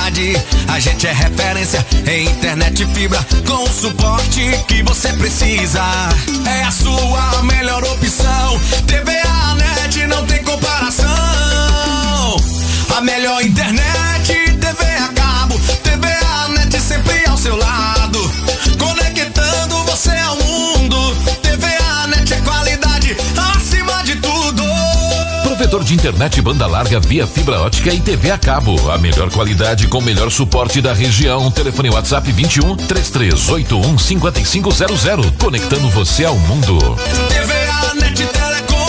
qualidade. A gente é referência em internet fibra, com o suporte que você precisa. É a sua melhor opção. TVA Net não tem comparação. A melhor internet, TV a cabo, TVA Net sempre ao seu lado, conectando você ao mundo. TVA Net é qualidade acima de tudo. Provedor de internet banda larga via fibra ótica e TV a cabo. A melhor qualidade com o melhor suporte da região. Telefone WhatsApp 21 3381 5500. Conectando você ao mundo. TVA Net Telecom.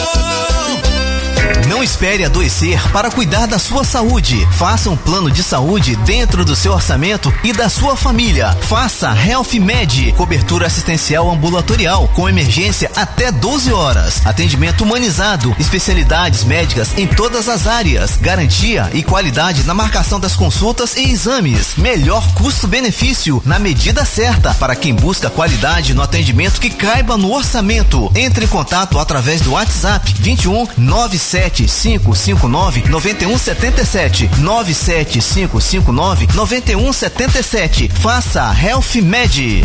Não espere adoecer para cuidar da sua saúde. Faça um plano de saúde dentro do seu orçamento e da sua família. Faça Health Med, cobertura assistencial ambulatorial com emergência até 12 horas. Atendimento humanizado, especialidades médicas em todas as áreas. Garantia e qualidade na marcação das consultas e exames. Melhor custo-benefício na medida certa para quem busca qualidade no atendimento que caiba no orçamento. Entre em contato através do WhatsApp 21 97559 9177 97559 9177. Faça Health Med.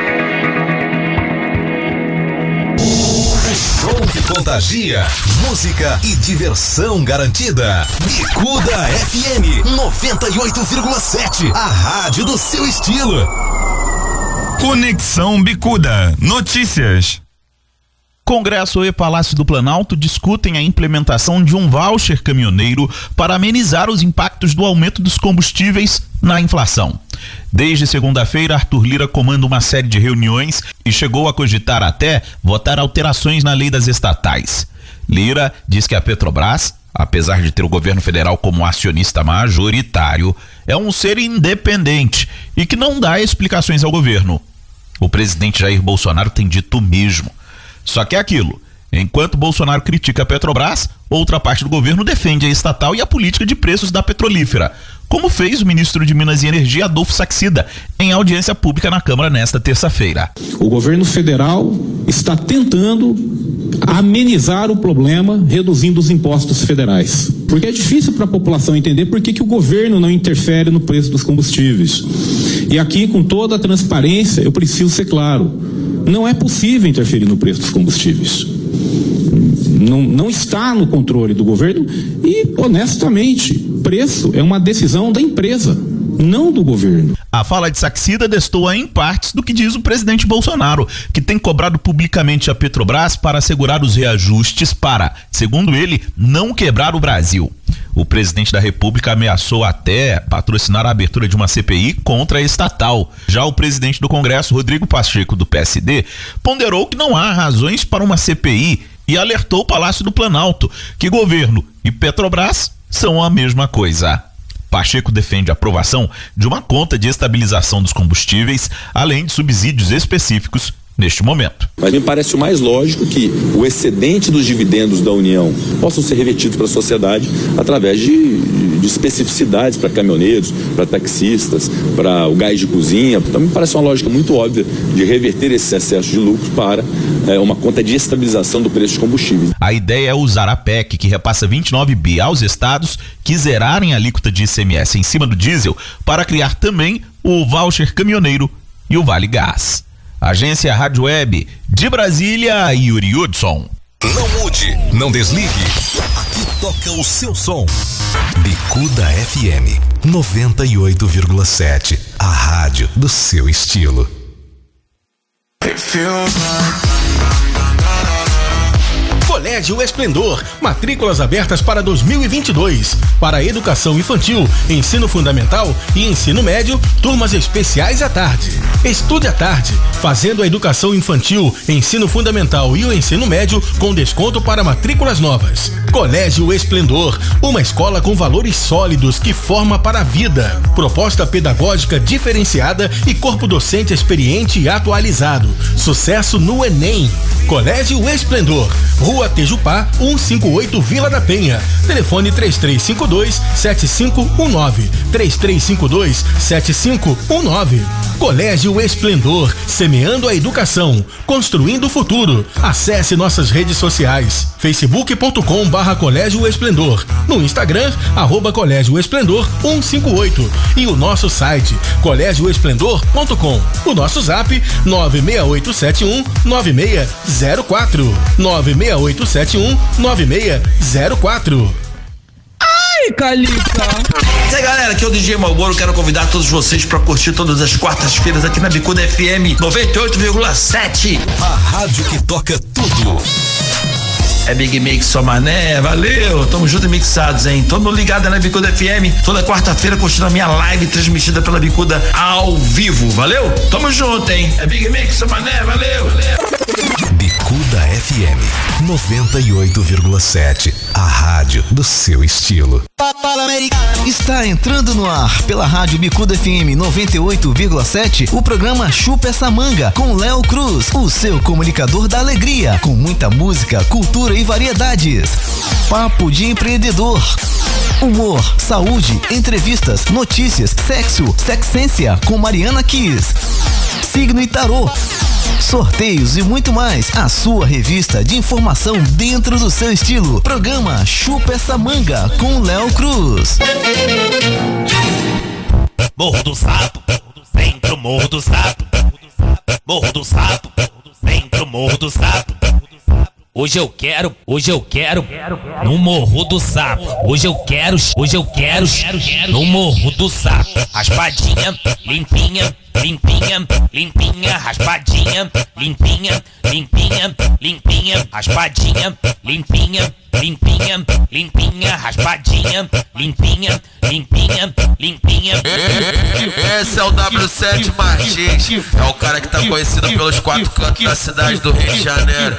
Show que contagia, música e diversão garantida. Bicuda FM 98,7, a rádio do seu estilo. Conexão Bicuda, notícias. Congresso e Palácio do Planalto discutem a implementação de um voucher caminhoneiro para amenizar os impactos do aumento dos combustíveis na inflação. Desde segunda-feira, Arthur Lira comanda uma série de reuniões e chegou a cogitar até votar alterações na lei das estatais. Lira diz que a Petrobras, apesar de ter o governo federal como acionista majoritário, é um ser independente e que não dá explicações ao governo. O presidente Jair Bolsonaro tem dito o mesmo. Só que é aquilo, enquanto Bolsonaro critica a Petrobras, outra parte do governo defende a estatal e a política de preços da petrolífera, como fez o ministro de Minas e Energia, Adolfo Saxida, em audiência pública na Câmara nesta terça-feira. O governo federal está tentando amenizar o problema, reduzindo os impostos federais. Porque é difícil para a população entender por que o governo não interfere no preço dos combustíveis. E aqui, com toda a transparência, eu preciso ser claro. Não é possível interferir no preço dos combustíveis. Não está no controle do governo e, honestamente, preço é uma decisão da empresa, não do governo. A fala de Saxida destoa em partes do que diz o presidente Bolsonaro, que tem cobrado publicamente a Petrobras para assegurar os reajustes para, segundo ele, não quebrar o Brasil. O presidente da República ameaçou até patrocinar a abertura de uma CPI contra a estatal. Já o presidente do Congresso, Rodrigo Pacheco, do PSD, ponderou que não há razões para uma CPI e alertou o Palácio do Planalto que governo e Petrobras são a mesma coisa. Pacheco defende a aprovação de uma conta de estabilização dos combustíveis, além de subsídios específicos neste momento. Mas me parece o mais lógico que o excedente dos dividendos da União possam ser revertidos para a sociedade através de especificidades para caminhoneiros, para taxistas, para o gás de cozinha. Então me parece uma lógica muito óbvia de reverter esse excesso de lucro para uma conta de estabilização do preço de combustíveis. A ideia é usar a PEC, que repassa 29 bi aos estados que zerarem a alíquota de ICMS em cima do diesel, para criar também o voucher caminhoneiro e o Vale Gás. Agência Rádio Web de Brasília, Yuri Hudson. Não mude, não desligue. Aqui toca o seu som. Bicuda FM 98,7. A rádio do seu estilo. Colégio Esplendor, matrículas abertas para 2022. Para educação infantil, ensino fundamental e ensino médio, turmas especiais à tarde. Estude à tarde, fazendo a educação infantil, ensino fundamental e o ensino médio com desconto para matrículas novas. Colégio Esplendor, uma escola com valores sólidos que forma para a vida. Proposta pedagógica diferenciada e corpo docente experiente e atualizado. Sucesso no Enem. Colégio Esplendor, Rua Tejupá, 158, Vila da Penha. Telefone 3352-7519. 3352-7519. Colégio Esplendor, semeando a educação, construindo o futuro. Acesse nossas redes sociais, facebook.com/Colégio Esplendor, no Instagram, @Colégio Esplendor 158 e o nosso site, colégioesplendor.com. O nosso zap, 96871-9604, 96871-9604. Ai, Calica! E aí, galera, aqui é o DJ Malboro. Quero convidar todos vocês para curtir todas as quartas-feiras aqui na Bicuda FM 98,7. A rádio que toca tudo. É Big Mix, só mané, valeu, tamo junto e mixados, hein? Todo mundo ligado na Bicuda FM, toda quarta-feira curtindo a minha live transmitida pela Bicuda ao vivo, valeu? Tamo junto, hein? É Big Mix, só mané, valeu. Bicuda FM 98,7, a rádio do seu estilo. Está entrando no ar pela rádio Bicuda FM 98,7 o programa Chupa Essa Manga com Léo Cruz, o seu comunicador da alegria, com muita música, cultura e variedades. Papo de empreendedor, humor, saúde, entrevistas, notícias, sexo, sexência com Mariana Kiss, signo e tarô, sorteios e muito mais. A sua revista de informação dentro do seu estilo. Programa Chupa Essa Manga com Léo Cruz. Morro do Sapo, centro Morro do Sapo. Morro do Sapo, centro Morro do Sapo. Hoje eu quero no Morro do Sapo. Hoje eu quero no Morro do Sapo. Raspadinha, limpinha, limpinha, limpinha, raspadinha, limpinha, limpinha, limpinha, raspadinha, limpinha, limpinha, limpinha, raspadinha, limpinha, limpinha, limpinha. Esse é o W7 Martins, é o cara que tá conhecido pelos 4 cantos da cidade do Rio de Janeiro.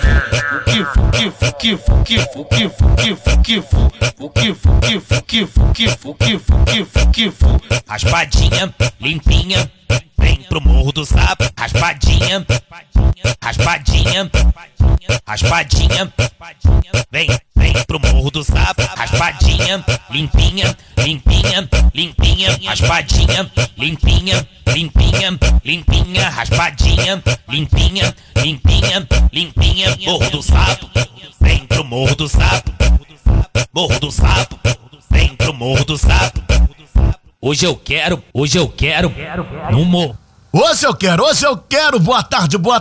Raspadinha, limpinha, vem pro Morro do Sapo. Raspadinha, raspadinha, raspadinha, vem pro Morro do Sapo. Raspadinha, limpinha, limpinha, limpinha, raspadinha, limpinha, limpinha, limpinha, raspadinha, limpinha, limpinha, limpinha. Morro do Sapo, vem pro Morro do Sapo. Morro do Sapo, vem pro Morro do Sapo. Hoje eu quero no Morro. Hoje eu quero, boa tarde. Boa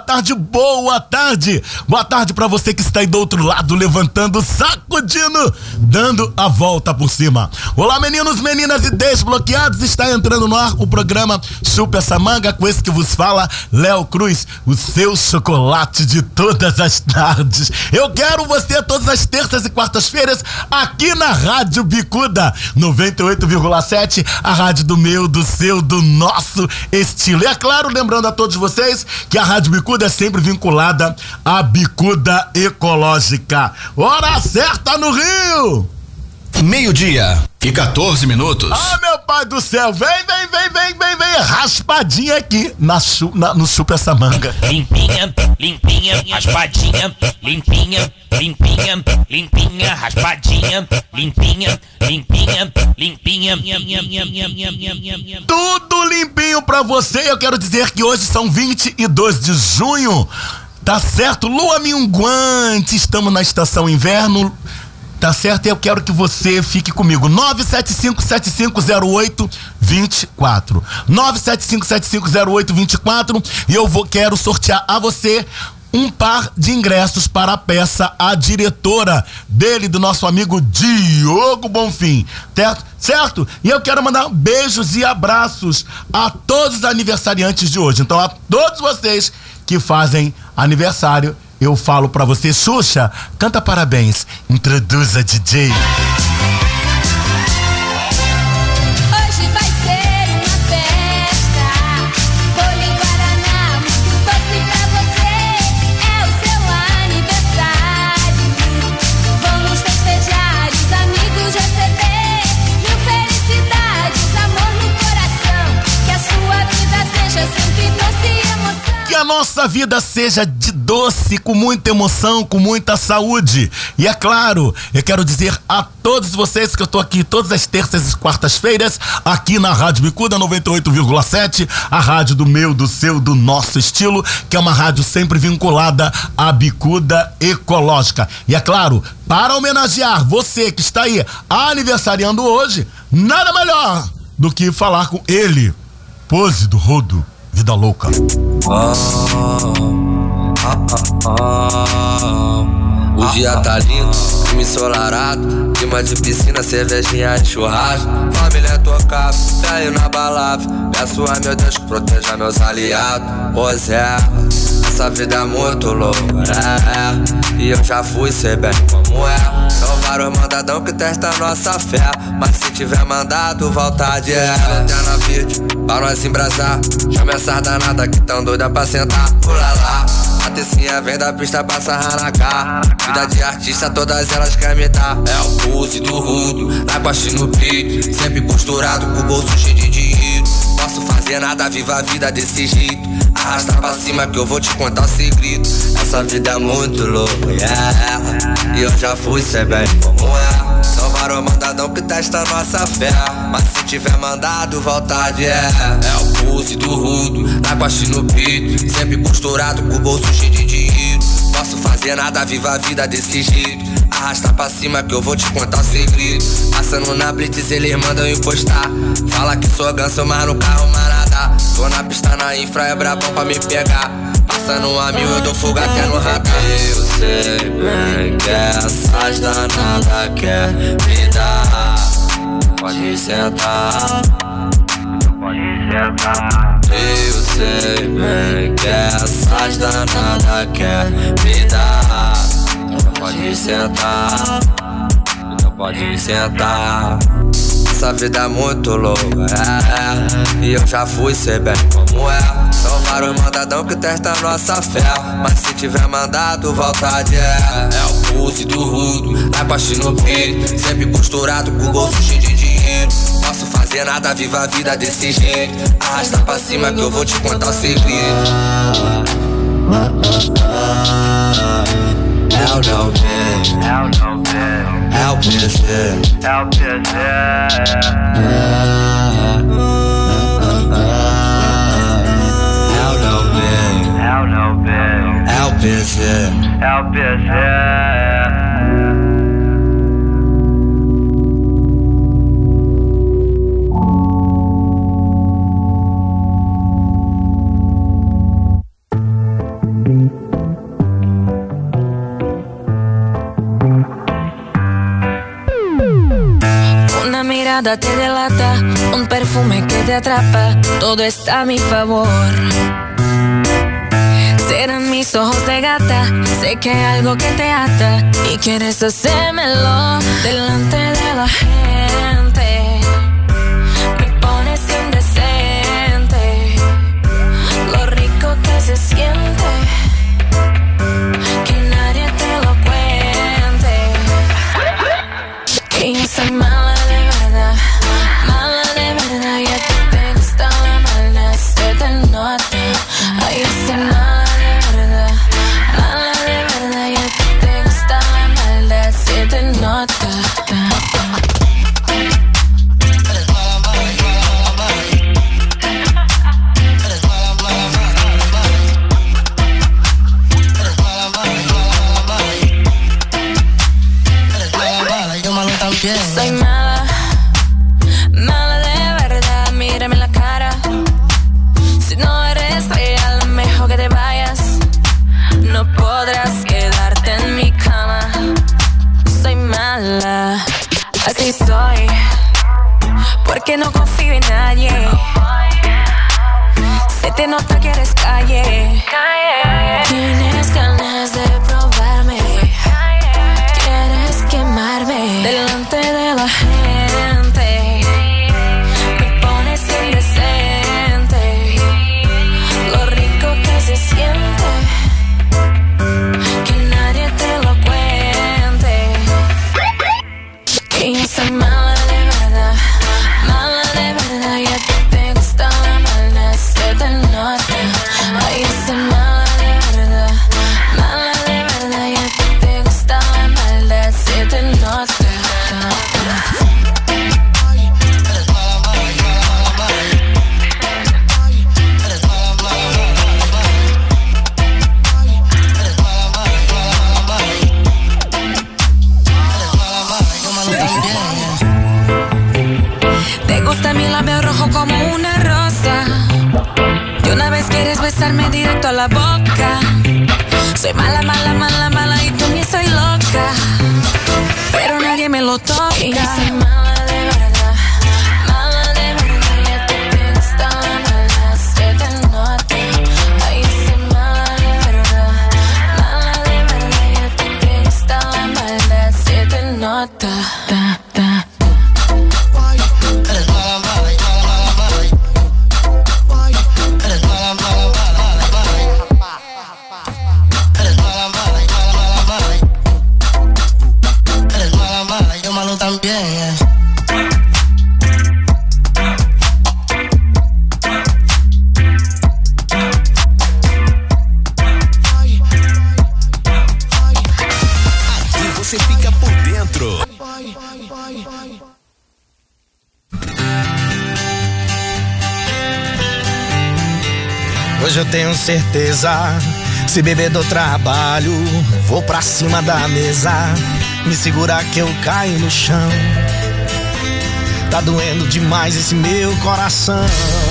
tarde pra você que está aí do outro lado, levantando, sacudindo, dando a volta por cima. Olá, meninos, meninas e desbloqueados, está entrando no ar o programa Chupa Essa Manga, com esse que vos fala, Léo Cruz, o seu chocolate de todas as tardes. Eu quero você todas as terças e quartas-feiras aqui na Rádio Bicuda 98,7, a rádio do meu, do seu, do nosso estilo. É claro, lembrando a todos vocês que a Rádio Bicuda é sempre vinculada à Bicuda Ecológica. Hora certa no Rio! Meio-dia e 14 minutos. Ah, meu pai do céu, vem, raspadinha aqui no Chupa Essa Manga. Limpinha, limpinha, raspadinha, limpinha, limpinha, limpinha, raspadinha, limpinha, limpinha, limpinha. Tudo limpinho pra você. Eu quero dizer que hoje são 22 de junho, tá certo? Lua minguante, estamos na estação inverno. Tá certo? Eu quero que você fique comigo. 975-7508-24. 975-7508-24. E quero sortear a você um par de ingressos para a peça A Diretora, do nosso amigo Diogo Bonfim. Certo? E eu quero mandar beijos e abraços a todos os aniversariantes de hoje. Então, a todos vocês que fazem aniversário, eu falo pra você, Xuxa, canta parabéns, introduza DJ. Hoje vai ser uma festa, bolo em guaraná, muito doce pra você, é o seu aniversário. Vamos festejar, os amigos receber, mil felicidades, amor no coração, que a sua vida seja sempre doce e emoção. Que a nossa vida seja de doce doce, com muita emoção, com muita saúde. E é claro, eu quero dizer a todos vocês que eu tô aqui todas as terças e quartas-feiras, aqui na Rádio Bicuda 98,7, a rádio do meu, do seu, do nosso estilo, que é uma rádio sempre vinculada à Bicuda Ecológica. E é claro, para homenagear você que está aí aniversariando hoje, nada melhor do que falar com ele, Pose do Rodo, Vida Louca. O dia tá lindo, clima ensolarado, clima de piscina, cervejinha de churrasco. Família tocada, velho na balada. Peço a meu Deus que proteja meus aliados. Pois é, essa vida é muito louca, e eu já fui, sei bem como é. São vários mandadão que testam nossa fé, mas se tiver mandado, vontade é. Lanterna verde, pra nós embrasar. Chama essa danada que tão doida pra sentar. Pula lá, a tecinha vem da pista pra sarrar na cara. Vida de artista, todas elas querem me dar. É o pulse do rudo, na costa e no peito, sempre posturado com o bolso cheio de dinheiro. Posso fazer nada, viva a vida desse jeito. Arrasta pra cima que eu vou te contar o segredo. Essa vida é muito louca, e eu já fui, sei bem como é. São vários mandadão que testam nossa fé, mas se tiver mandado, vontade é. É o pulse do rudo, na costa e no peito, sempre posturado com o bolso cheio de dinheiro. Posso fazer nada, viva a vida desse jeito. Arrasta pra cima que eu vou te contar o segredo. Passando na blitz, eles mandam encostar. Fala que sou ganso, mas no carro manada. Tô na pista, na infra, é brabão pra me pegar. Passando a 1000, eu dou fogo até no radar. Eu sei bem que essas danadas quer me dar. Pode sentar, pode sentar. Eu sei bem que essas danadas quer me dar. Pode sentar, pode sentar. Essa vida é muito louca, e eu já fui, sei bem como é. São vários mandadão que testam nossa fé, mas se tiver mandado, vontade é. É o pulse do rudo, na costa e no peito, sempre posturado com o bolso cheio de dinheiro. Posso fazer nada, viva a vida desse jeito. Arrasta pra cima que eu vou te contar o segredo. É o não ver, é o não ver, é o PC, é o PC. É o não ver, é o não ver, é o PC, é o PC. Una mirada te delata, un perfume que te atrapa, todo está a mi favor. Serán mis ojos de gata, sé que hay algo que te ata y quieres hacérmelo delante de la gente. Me pones indecente, lo rico que se siente, que nadie te lo cuente. Que yo soy mala de verdad, y a ti te gusta la maldad, se te nota. Ay, yo soy mala de verdad, y a ti te gusta la maldad, se te nota. Soy mala, mala de verdad, mírame en la cara. Si no eres real, mejor que te vayas. No podrás quedarte en mi cama. Soy mala, así soy, porque no confío en nadie. Se te nota que eres calle. Tienes ganas de probarme, quieres quemarme delante de la gente. Me pones indecente, lo rico que se siente, que nadie te lo cuente. Que yo soy mala de verdad, y a ti te gusta la maldad, se te nota. Ay, yo soy mala de vez quieres besarme directo a la boca. Soy mala, mala, mala, mala y también soy loca, pero nadie me lo toca. Y yo soy mala de verdad, ya te gusta la maldad, se te nota. Ay, yo soy mala de verdad, ya te gusta la maldad, se te nota. También, Aqui você fica por dentro. Hoje eu tenho certeza, se beber do trabalho, vou pra cima da mesa, me segurar que eu caio no chão. Tá doendo demais esse meu coração.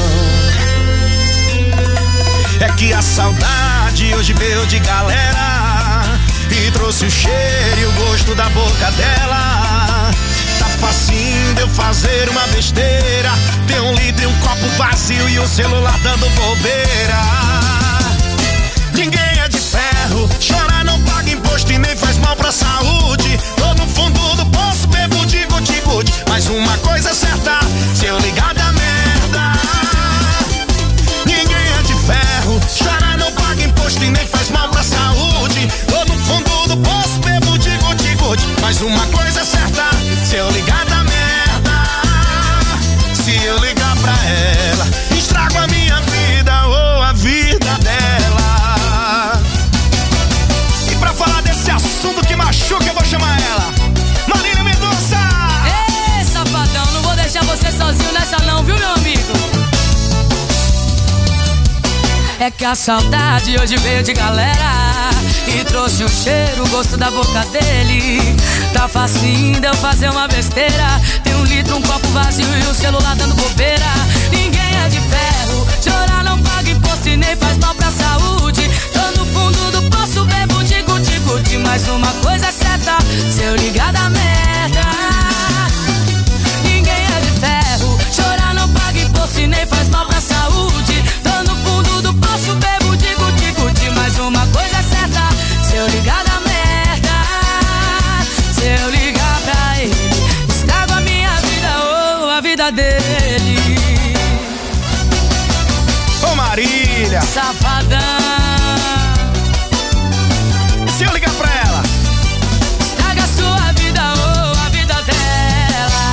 É que a saudade hoje veio de galera e trouxe o cheiro e o gosto da boca dela. Tá facinho de eu fazer uma besteira, ter 1 litro e um copo vazio e o celular dando bobeira. Ninguém é de ferro, chorar não paga imposto e nem faz mal pra saúde. Tô no fundo do poço, bebo de guti-guti, mas uma coisa é certa, se eu ligar da merda. Ninguém é de ferro, chorar não paga imposto e nem faz mal pra saúde. Tô no fundo do poço, bebo de guti-guti, mas uma coisa é certa, se eu ligar da merda. Se eu ligar pra ela, estrago a minha vida ou a vida dela. E pra falar desse assunto que machuca, eu vou chamar ela, Marina Mendonça. Ê, safadão, não vou deixar você sozinho nessa não, viu, meu amigo? É que a saudade hoje veio de galera e trouxe o cheiro, o gosto da boca dele. Tá facinho de eu fazer uma besteira, tem 1 litro, um copo vazio e o celular dando bobeira. Ninguém é de ferro, chorar não paga imposto e nem faz mal pra saúde. Tô no fundo do poço, bebo de guti-guti, mas uma coisa é certa, se eu ligar da merda. Ninguém é de ferro, chorar não paga imposto e nem faz mal pra saúde. Tô no fundo do poço, bebo de guti-guti, mas uma coisa é certa, se eu ligar da merda. Se eu ligar pra ele, estrago a minha vida ou a vida dele. Ô Marília, safadão. Se eu ligar pra ela, estraga a sua vida ou a vida dela.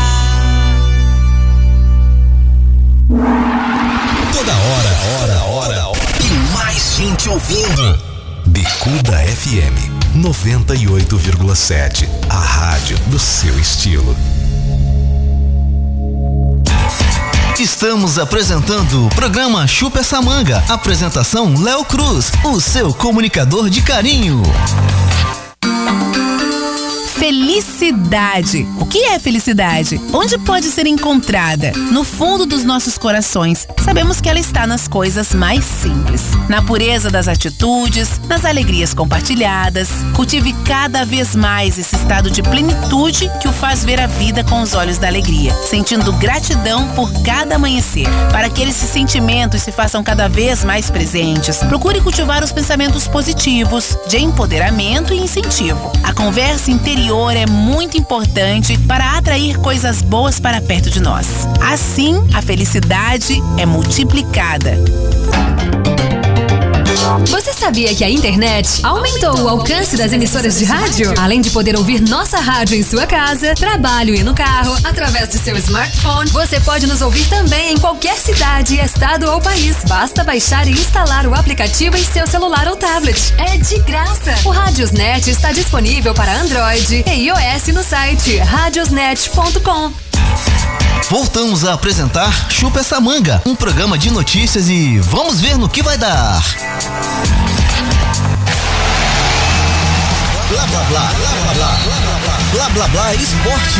Toda hora. E mais gente ouvindo. Bicuda FM 98,7. A rádio do seu estilo. Estamos apresentando o programa Chupa Essa Manga. Apresentação Léo Cruz, o seu comunicador de carinho. Felicidade. O que é felicidade? Onde pode ser encontrada? No fundo dos nossos corações. Sabemos que ela está nas coisas mais simples. Na pureza das atitudes, nas alegrias compartilhadas. Cultive cada vez mais esse estado de plenitude que o faz ver a vida com os olhos da alegria, sentindo gratidão por cada amanhecer. Para que esses sentimentos se façam cada vez mais presentes, procure cultivar os pensamentos positivos, de empoderamento e incentivo. A conversa interior é muito importante para atrair coisas boas para perto de nós. Assim, a felicidade é multiplicada. Você sabia que a internet aumentou o alcance das emissoras de rádio? Além de poder ouvir nossa rádio em sua casa, trabalho e no carro, através de seu smartphone, você pode nos ouvir também em qualquer cidade, estado ou país. Basta baixar e instalar o aplicativo em seu celular ou tablet. É de graça. O Radiosnet está disponível para Android e iOS no site radiosnet.com. Voltamos a apresentar Chupa Essa Manga, um programa de notícias e vamos ver no que vai dar. Blá blá blá, blá blá blá, blá blá blá, esporte.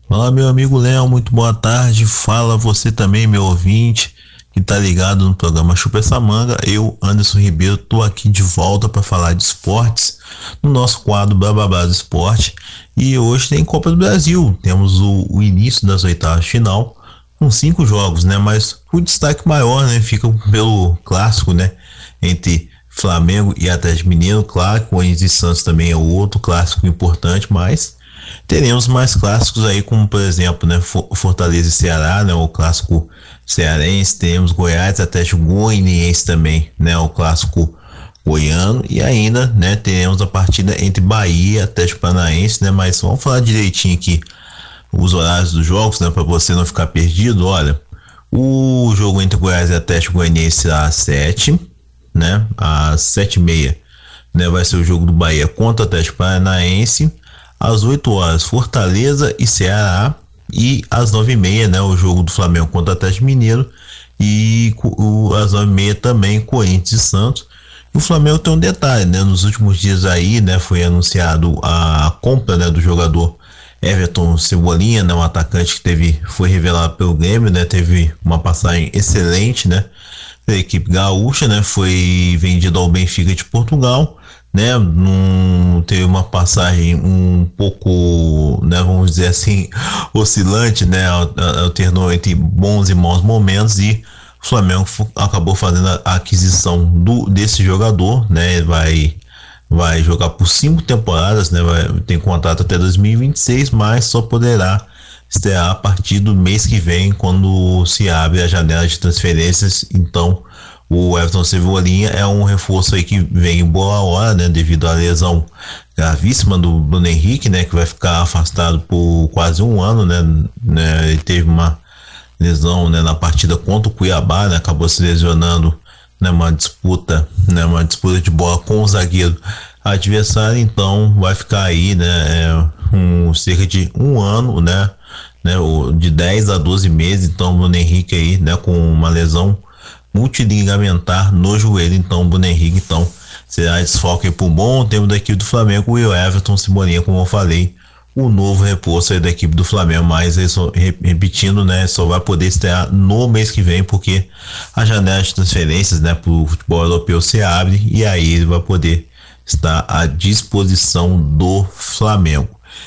Fala, meu amigo Léo, muito boa tarde. Fala você também, meu ouvinte, que tá ligado no programa Chupa Essa Manga. Eu, Anderson Ribeiro, tô aqui de volta para falar de esportes no nosso quadro Blá Blá Blá do Esporte. E hoje tem Copa do Brasil. Temos o início das oitavas de final com 5 jogos, né? Mas o destaque maior, né, fica pelo clássico, né, entre Flamengo e Atlético Mineiro. Claro, Corinthians e Santos também é outro clássico importante, mas teremos mais clássicos aí, como por exemplo, né, Fortaleza e Ceará, né, o clássico cearense. Temos Goiás e Atlético Goianiense também, né, o clássico goiano. E ainda, né, teremos a partida entre Bahia e Atlético Paranaense, né, mas vamos falar direitinho aqui os horários dos jogos, né, para você não ficar perdido. Olha, o jogo entre Goiás e Atlético Goianiense será às 7, né, às 7h30, né, vai ser o jogo do Bahia contra o Atlético Paranaense. Às 8 horas, Fortaleza e Ceará. E às 9h30, né, o jogo do Flamengo contra o Atlético Mineiro. E às 9h30 também, Corinthians e Santos. E o Flamengo tem um detalhe, né, nos últimos dias aí, né, foi anunciado a compra, né, do jogador Everton Cebolinha, né, um atacante que foi revelado pelo Grêmio, né, teve uma passagem excelente, né, pela equipe gaúcha, né, foi vendido ao Benfica de Portugal, né, teve uma passagem um pouco, né, vamos dizer assim, oscilante, né, alternou entre bons e maus momentos, e o Flamengo acabou fazendo a aquisição desse jogador, né, vai jogar por 5 temporadas, né, tem contrato até 2026, mas só poderá estrear a partir do mês que vem, quando se abre a janela de transferências. Então o Everton Cebolinha é um reforço aí que vem em boa hora, né, devido à lesão gravíssima do Bruno Henrique, né, que vai ficar afastado por quase 1 ano, né, ele teve uma lesão, né, na partida contra o Cuiabá, né, acabou se lesionando, né, uma disputa de bola com o zagueiro adversário. Então vai ficar aí, né, cerca de 1 ano, né, de 10 a 12 meses. Então o Bruno Henrique aí, né, com uma lesão multiligamentar no joelho. Então o Bruno Henrique então será desfoque por um bom tempo da equipe do Flamengo, e o Everton Cebolinha, como eu falei, o novo reforço aí da equipe do Flamengo. Mas repetindo, né, só vai poder estrear no mês que vem, porque a janela de transferências, né, para o futebol europeu se abre, e aí ele vai poder estar à disposição do Flamengo.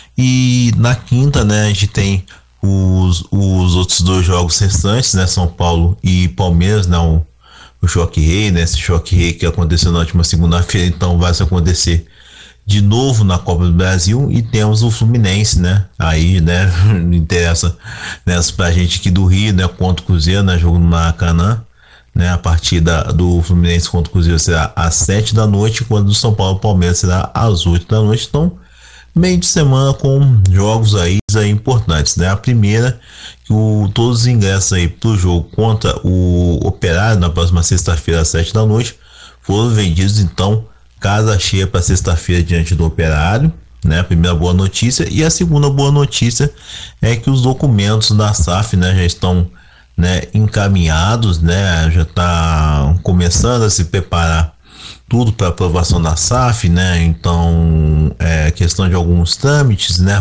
E na quinta, né, a gente tem os outros 2 jogos restantes, né, São Paulo e Palmeiras, né, o Choque Rei, né, esse Choque Rei que aconteceu na última segunda-feira, então vai se acontecer de novo na Copa do Brasil. E temos o Fluminense, né, aí, né, interessa, né, pra gente aqui do Rio, né, contra o Cruzeiro, né, jogo no Maracanã, né, a partida do Fluminense contra o Cruzeiro será às 7 da noite, quando do São Paulo e Palmeiras será às 8 da noite. Então, meio de semana com jogos aí importantes, né, a primeira, todos os ingressos aí pro jogo contra o Operário na próxima sexta-feira às 7 da noite foram vendidos. Então, casa cheia para sexta-feira diante do Operário, né? A primeira boa notícia. E a segunda boa notícia é que os documentos da SAF, né, já estão, né, encaminhados, né? Já está começando a se preparar tudo para aprovação da SAF, né? Então é questão de alguns trâmites, né?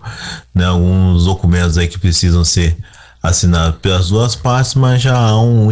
Alguns documentos aí que precisam ser assinado pelas duas partes, mas já há um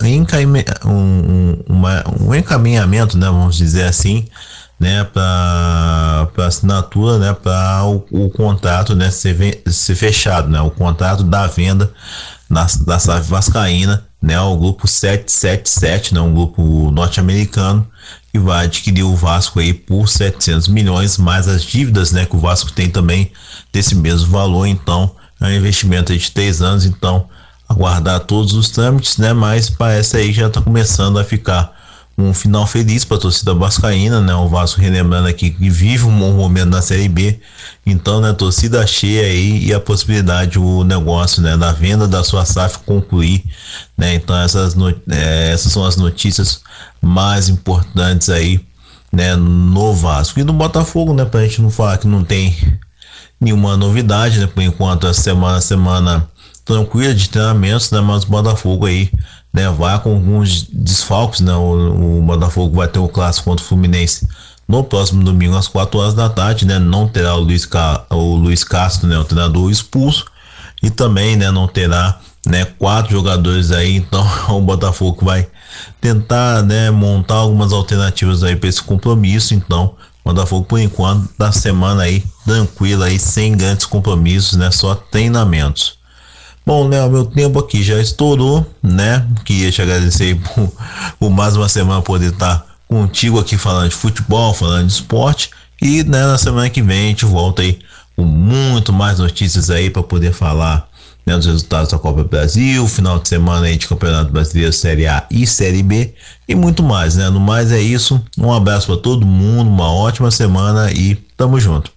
encaminhamento, né, vamos dizer assim, né, para assinatura, né, para o contrato, né, ser fechado, né, o contrato da venda da SAF vascaína, né, o grupo 777, né, um grupo norte-americano que vai adquirir o Vasco aí por 700 milhões, mais as dívidas, né, que o Vasco tem também desse mesmo valor. Então é um investimento de 3 anos, então aguardar todos os trâmites, né? Mas parece aí que já está começando a ficar um final feliz para a torcida vascaína, né? O Vasco, relembrando aqui, que vive um bom momento na Série B, então, né, torcida cheia aí, e a possibilidade, o negócio, né, da venda da sua SAF concluir, né? Então essas são as notícias mais importantes aí, né, no Vasco. E no Botafogo, né, pra gente não falar que não tem nenhuma novidade, né, por enquanto a semana tranquila de treinamentos, né, mas o Botafogo aí, né, vai com alguns desfalques, né, o Botafogo vai ter o clássico contra o Fluminense no próximo domingo às 4 horas da tarde, né, não terá o Luiz Castro, né, o treinador expulso, e também, né, não terá, né, 4 jogadores aí, então o Botafogo vai tentar, né, montar algumas alternativas aí para esse compromisso. Então o Botafogo, por enquanto, da semana aí tranquila aí, sem grandes compromissos, né, só treinamentos. Bom, né, o meu tempo aqui já estourou, né? Queria te agradecer por mais uma semana poder estar contigo aqui falando de futebol, falando de esporte, e, né, na semana que vem a gente volta aí com muito mais notícias aí para poder falar, né, dos resultados da Copa do Brasil, final de semana aí de Campeonato Brasileiro Série A e Série B e muito mais, né? No mais é isso. Um abraço para todo mundo, uma ótima semana e tamo junto.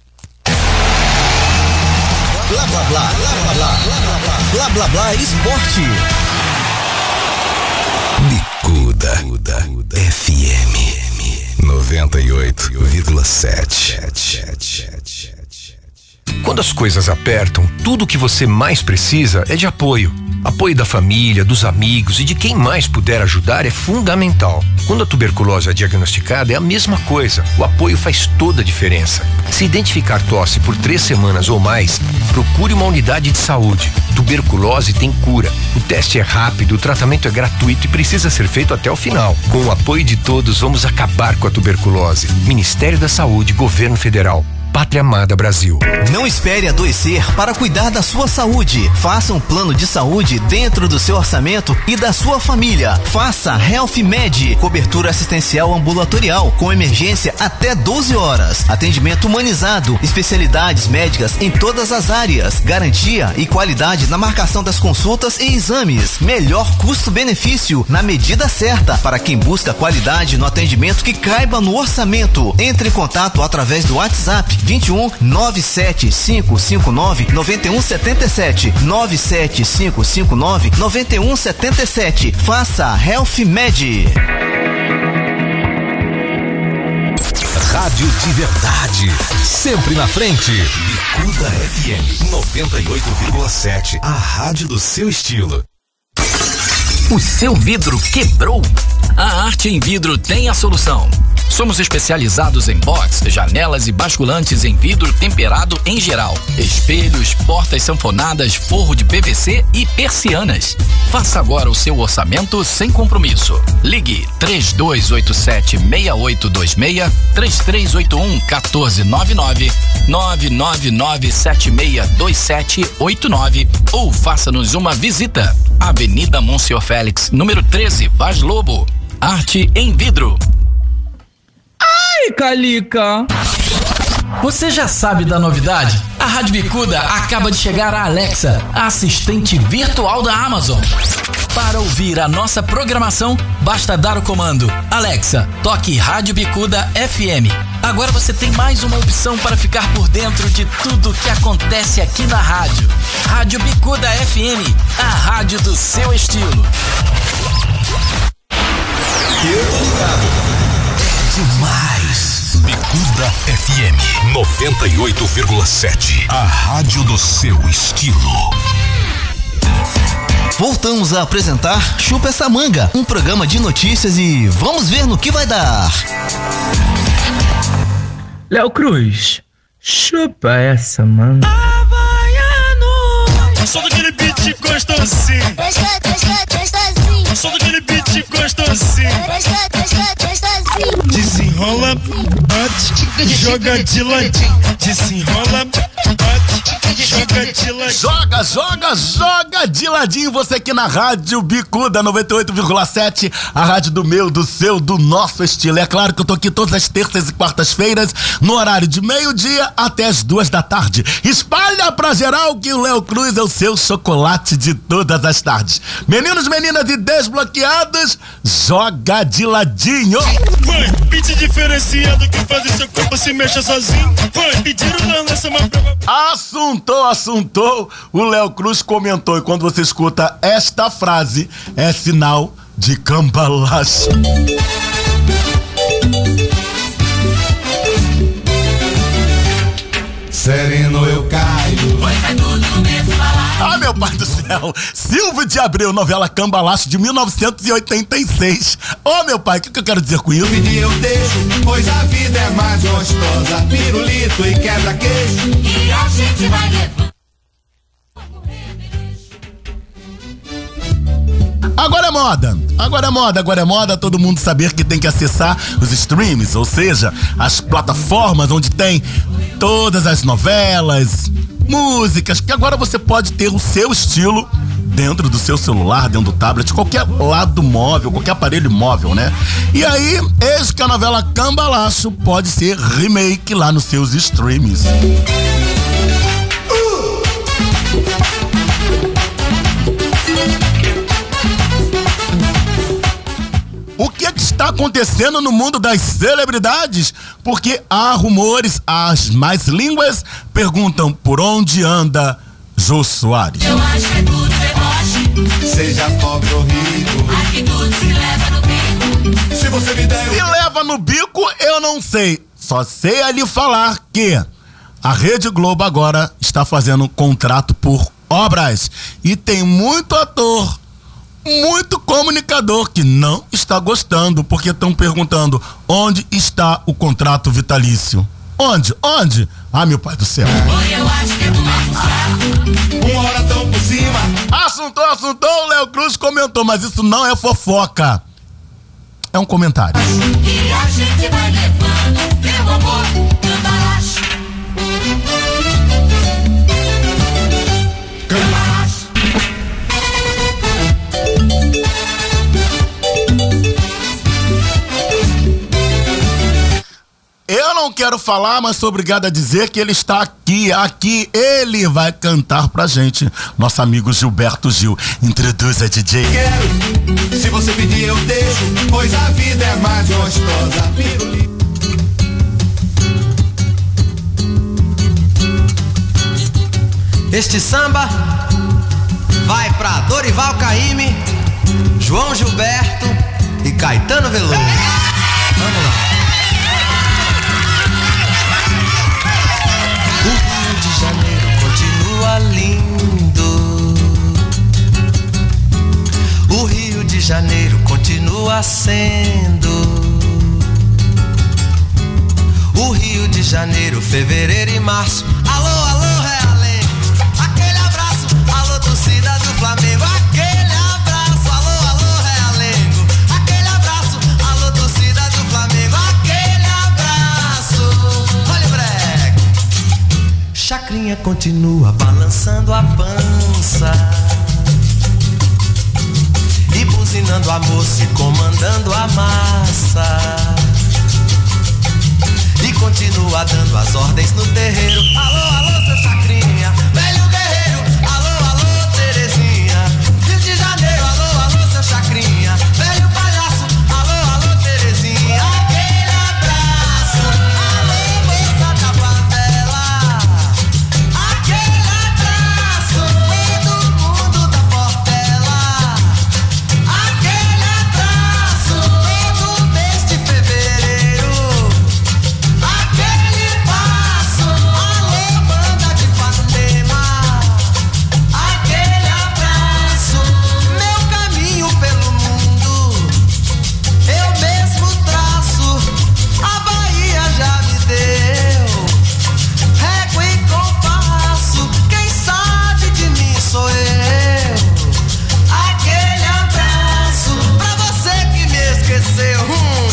Blá blá blá, blá blá blá, blá blá blá esporte. Bicuda FM 98,7. Quando as coisas apertam, tudo o que você mais precisa é de apoio. Apoio da família, dos amigos e de quem mais puder ajudar é fundamental. Quando a tuberculose é diagnosticada, é a mesma coisa. O apoio faz toda a diferença. Se identificar tosse por 3 semanas ou mais, procure uma unidade de saúde. Tuberculose tem cura. O teste é rápido, o tratamento é gratuito e precisa ser feito até o final. Com o apoio de todos, vamos acabar com a tuberculose. Ministério da Saúde, Governo Federal. Pátria Amada Brasil. Não espere adoecer para cuidar da sua saúde. Faça um plano de saúde dentro do seu orçamento e da sua família. Faça Health Med, cobertura assistencial ambulatorial, com emergência até 12 horas. Atendimento humanizado, especialidades médicas em todas as áreas. Garantia e qualidade na marcação das consultas e exames. Melhor custo-benefício na medida certa para quem busca qualidade no atendimento que caiba no orçamento. Entre em contato através do WhatsApp 21 97559 9177 97559 9177. Faça Health Med. Rádio de verdade, sempre na frente. Bicuda FM 98,7. A rádio do seu estilo. O seu vidro quebrou? A Arte em Vidro tem a solução. Somos especializados em box, janelas e basculantes em vidro temperado em geral. Espelhos, portas sanfonadas, forro de PVC e persianas. Faça agora o seu orçamento sem compromisso. Ligue 3287-6826, 3381-1499, 999762789 ou faça-nos uma visita. Avenida Monsenhor Félix, número 13, Vaz Lobo. Arte em Vidro. Ai, Calica! Você já sabe da novidade? A Rádio Bicuda acaba de chegar a Alexa, a assistente virtual da Amazon. Para ouvir a nossa programação, basta dar o comando: Alexa, toque Rádio Bicuda FM. Agora você tem mais uma opção para ficar por dentro de tudo que acontece aqui na rádio. Rádio Bicuda FM, a rádio do seu estilo. Eu tô ligado. Demais. Bicuda FM 98,7. A rádio do seu estilo. Voltamos a apresentar Chupa Essa Manga, um programa de notícias e vamos ver no que vai dar. Léo Cruz, chupa essa manga. Só daquele beat gostosinho. Só daquele beat gostosinho. Desenrola, bate, joga de ladinho. Desenrola, bate, joga de ladinho. Joga de ladinho. Você aqui na Rádio Bicuda 98,7, a rádio do meu, do seu, do nosso estilo. É claro que eu tô aqui todas as terças e quartas-feiras, no horário de meio-dia até as 2 da tarde. Espalha pra geral que o Léo Cruz é o seu chocolate de todas as tardes. Meninos, meninas e desbloqueados, joga de ladinho. Vai, beat diferenciado que faz o seu corpo se mexer sozinho. Vai, pediram na lança uma prova. Assuntou. O Léo Cruz comentou, e quando você escuta esta frase, é sinal de cambalacho. Sereno eu caio. Vai tudo no mesmo balaio. Ah, meu pai do céu. Silvio de Abreu, novela Cambalacho de 1986. Ô, meu pai, o que eu quero dizer com isso? Eu deixo, pois a vida é mais gostosa. Pirulito e quebra-queixo. E a gente vai levando. Agora é moda todo mundo saber que tem que acessar os streams, ou seja, as plataformas onde tem todas as novelas, músicas, que agora você pode ter o seu estilo dentro do seu celular, dentro do tablet, qualquer lado móvel, qualquer aparelho móvel, né? E aí, eis que a novela Cambalacho pode ser remake lá nos seus streams. O que está acontecendo no mundo das celebridades? Porque há rumores, as mais línguas perguntam por onde anda Jô Soares. Eu acho que é tudo deboche. Seja pobre ou rico, aqui tudo se leva no bico. Se você me der... Se leva no bico, eu não sei. Só sei ali falar que a Rede Globo agora está fazendo contrato por obras. E tem muito ator, muito comunicador que não está gostando, porque estão perguntando onde está o contrato vitalício. Onde? Ah, meu pai do céu. Oi, eu acho que é do mesmo saco. Uma hora tão por cima. Assuntou, o Léo Cruz comentou, mas isso não é fofoca. É um comentário. E a gente vai levando pelo amor do balacho. Cambalacho. Eu não quero falar, mas sou obrigado a dizer que ele está aqui. Aqui ele vai cantar pra gente. Nosso amigo Gilberto Gil. Introduza, DJ. Quero, se você pedir eu deixo, pois a vida é mais gostosa. Este samba vai pra Dorival Caymmi, João Gilberto e Caetano Veloso. Vamos lá. O Rio de Janeiro continua lindo. O Rio de Janeiro continua sendo. O Rio de Janeiro, fevereiro e março. Alô, alô, Realengo. Aquele abraço, alô, torcida do Flamengo. Aquele abraço, alô, alô, Realengo. Aquele abraço, alô, torcida do Flamengo. Aquele abraço. Olha o breque. Chacrinha continua balançando a pança e buzinando a moça e comandando a massa. E continua dando as ordens no terreiro. Alô, alô, seu Chacrinha, velho guerreiro. Alô, alô, Terezinha. Rio de Janeiro, alô, alô, seu Chacrinha, velho palhaço. Alô, alô, Terezinha. Aquele abraço. Alô, moça da favela. Aquele abraço. Todo mundo da Portela. Aquele abraço. Todo mês de fevereiro. Aquele passo, alô, banda de Ipanema. Aquele abraço, meu caminho pelo mundo, eu mesmo traço, a Bahia já me deu régua e compasso, quem sabe de mim sou eu. Aquele abraço, pra você que me esqueceu.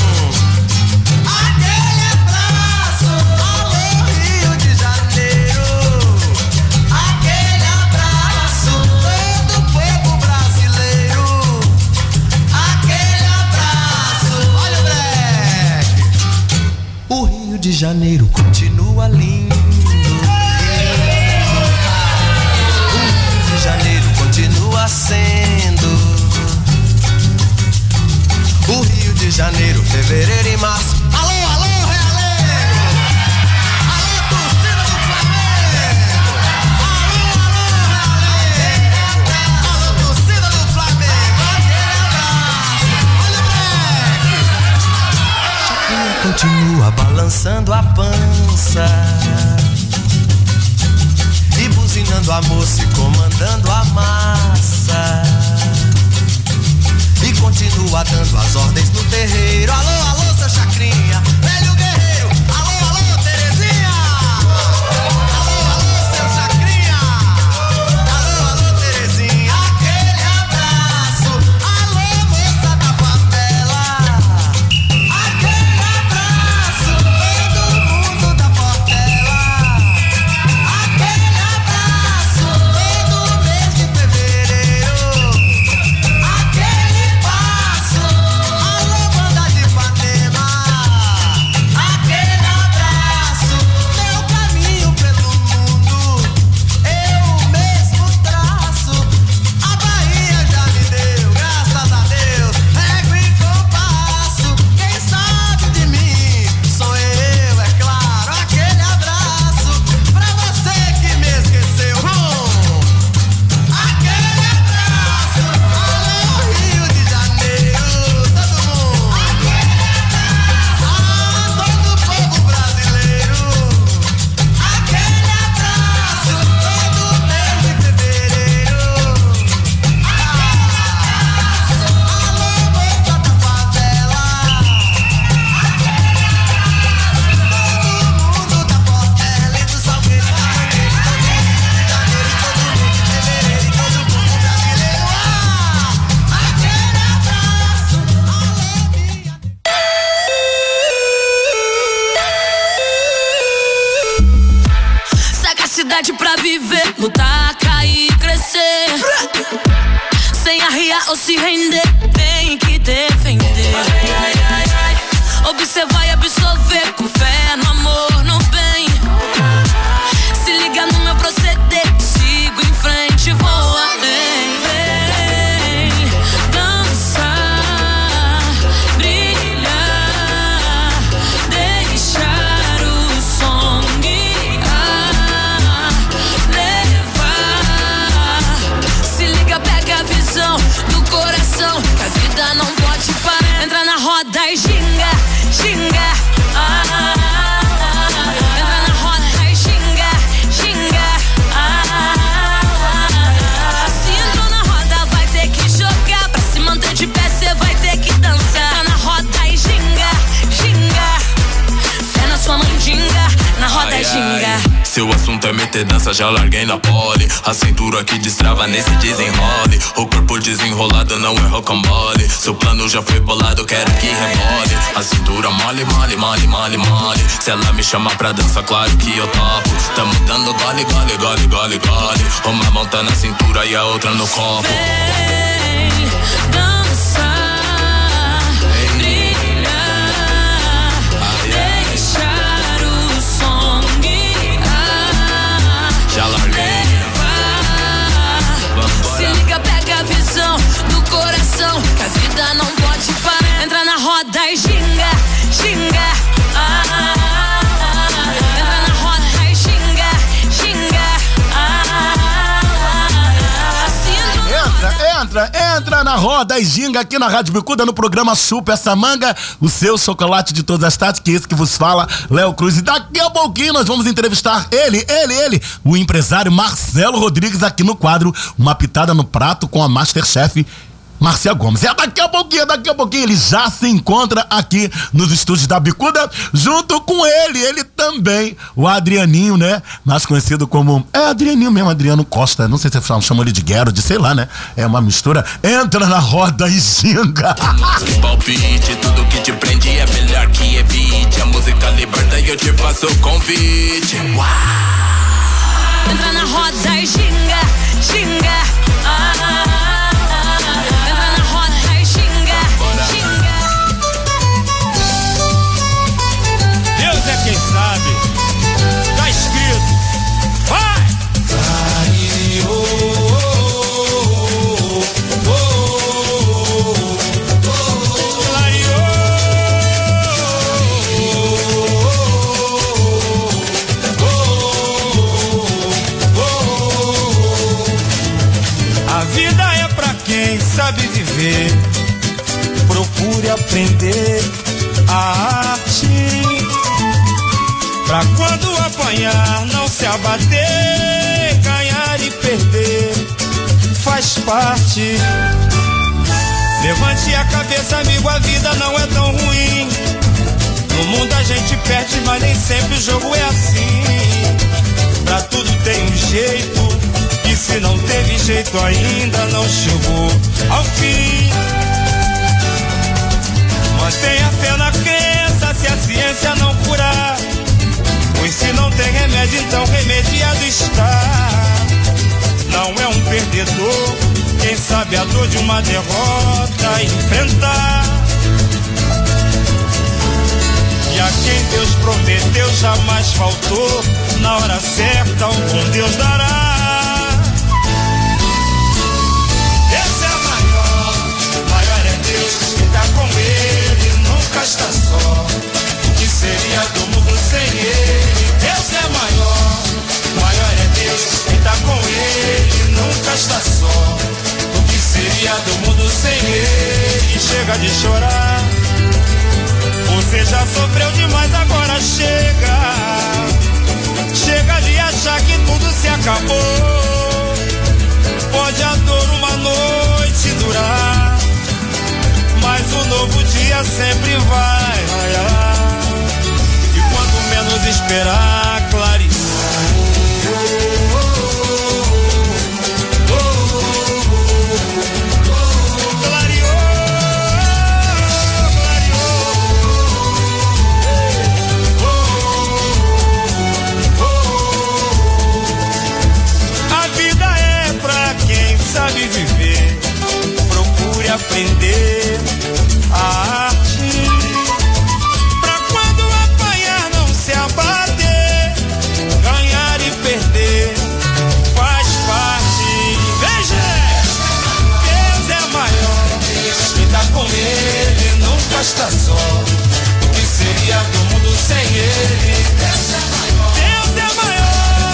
Aquele abraço, alô, Rio de Janeiro. Aquele abraço, todo o povo brasileiro. Aquele abraço, olha o breque. O Rio de Janeiro continua lindo. O Rio de Janeiro continua sendo. O Rio de Janeiro, fevereiro e março. Alô, alô, Realengo. Alô, torcida do Flamengo. Alô, alô, Realengo. Alô, torcida do Flamengo. Aquele abraço. Olha o breque. Chacrinha continua balançando a pança e buzinando a moça e comandando a massa. E continua dando as ordens no terreiro. Alô, alô, seu Chacrinha, velho guerreiro. Alô, alô, Terezinha. Alô, alô, seu Chacrinha. Alô, alô, Terezinha. Aquele abraço. liberdade pra viver, lutar, cair, crescer. Sem arriar ou se render, tem que defender. Observar e absorver, com fé no amor, no bem. Se liga no meu proceder, sigo em frente, vou além. Vem dançar, brilhar, deixar o som guiar, levar. Se liga, pega a visão do coração, que a vida não pode parar. Entra na roda e ginga, ginga. Entra na roda e ginga, ginga. Se entrou na roda, vai ter que jogar. Pra se manter de pé, cê vai ter que dançar. Entra na roda e ginga, ginga. Fé na sua mandinga, na roda e ginga. Se o assunto é meter dança, já larguei na pole. A cintura que destrava nesse desenrole. O corpo desenrolado não é rocambole. Seu plano já foi bolado, quero que rebole. A cintura mole, mole, mole, mole, mole. Se ela me chamar pra dança, claro que eu topo. Tamo dando gole, gole, gole, gole, gole. Uma mão tá na cintura e a outra no copo. Vem dançar, brilhar, deixar o som guiar, já larguei. Se liga, pega a visão do coração, que a vida não pode parar. Entra na roda e ginga, ginga. Entra na roda e ginga, ginga. Se Entra na roda e ginga aqui na Rádio Bicuda, no programa Chupa Essa Manga, o seu chocolate de todas as tardes, que é esse que vos fala, Léo Cruz. E daqui a pouquinho nós vamos entrevistar ele, o empresário Marcelo Rodrigues, aqui no quadro Uma Pitada no Prato com a Masterchef Márcia Gomes. Daqui a pouquinho ele já se encontra aqui nos estúdios da Bicuda, junto com ele também, o Adrianinho, né? Mais conhecido como, Adrianinho mesmo, Adriano Costa, não sei se você chama ele de Gerald, sei lá, né? É uma mistura. Entra na roda e ginga. Palpite, tudo que te prende é melhor que evite. A música liberta e eu te faço o convite. Uau! Entra na roda e ginga, ginga. Quem sabe, tá escrito, vai! A vida é pra quem sabe viver, procure aprender a arte. Pra quando apanhar, não se abater, ganhar e perder faz parte. Levante a cabeça, amigo, a vida não é tão ruim. No mundo a gente perde, mas nem sempre o jogo é assim. Pra tudo tem um jeito, e se não teve jeito ainda, não chegou ao fim. Mantenha fé na crença, se a ciência não curar. Pois se não tem remédio, então remediado está. Não é um perdedor quem sabe a dor de uma derrota enfrentar. E a quem Deus prometeu jamais faltou, na hora certa algum Deus dará. Esse é maior é Deus, que tá com ele, nunca está só. O que seria do mundo sem ele? Deus é maior é Deus, que tá com ele, nunca está só. O que seria do mundo sem ele? Chega de chorar, você já sofreu demais, agora chega. Chega de achar que tudo se acabou. Pode a dor uma noite durar, mas o novo dia sempre vai raiar. E quando menos esperar, clarear. aprender a arte. Pra quando apanhar não se abater, ganhar e perder faz parte. Veja, Deus é maior, quem tá com ele nunca está só. O que seria do mundo sem ele? Deus é maior,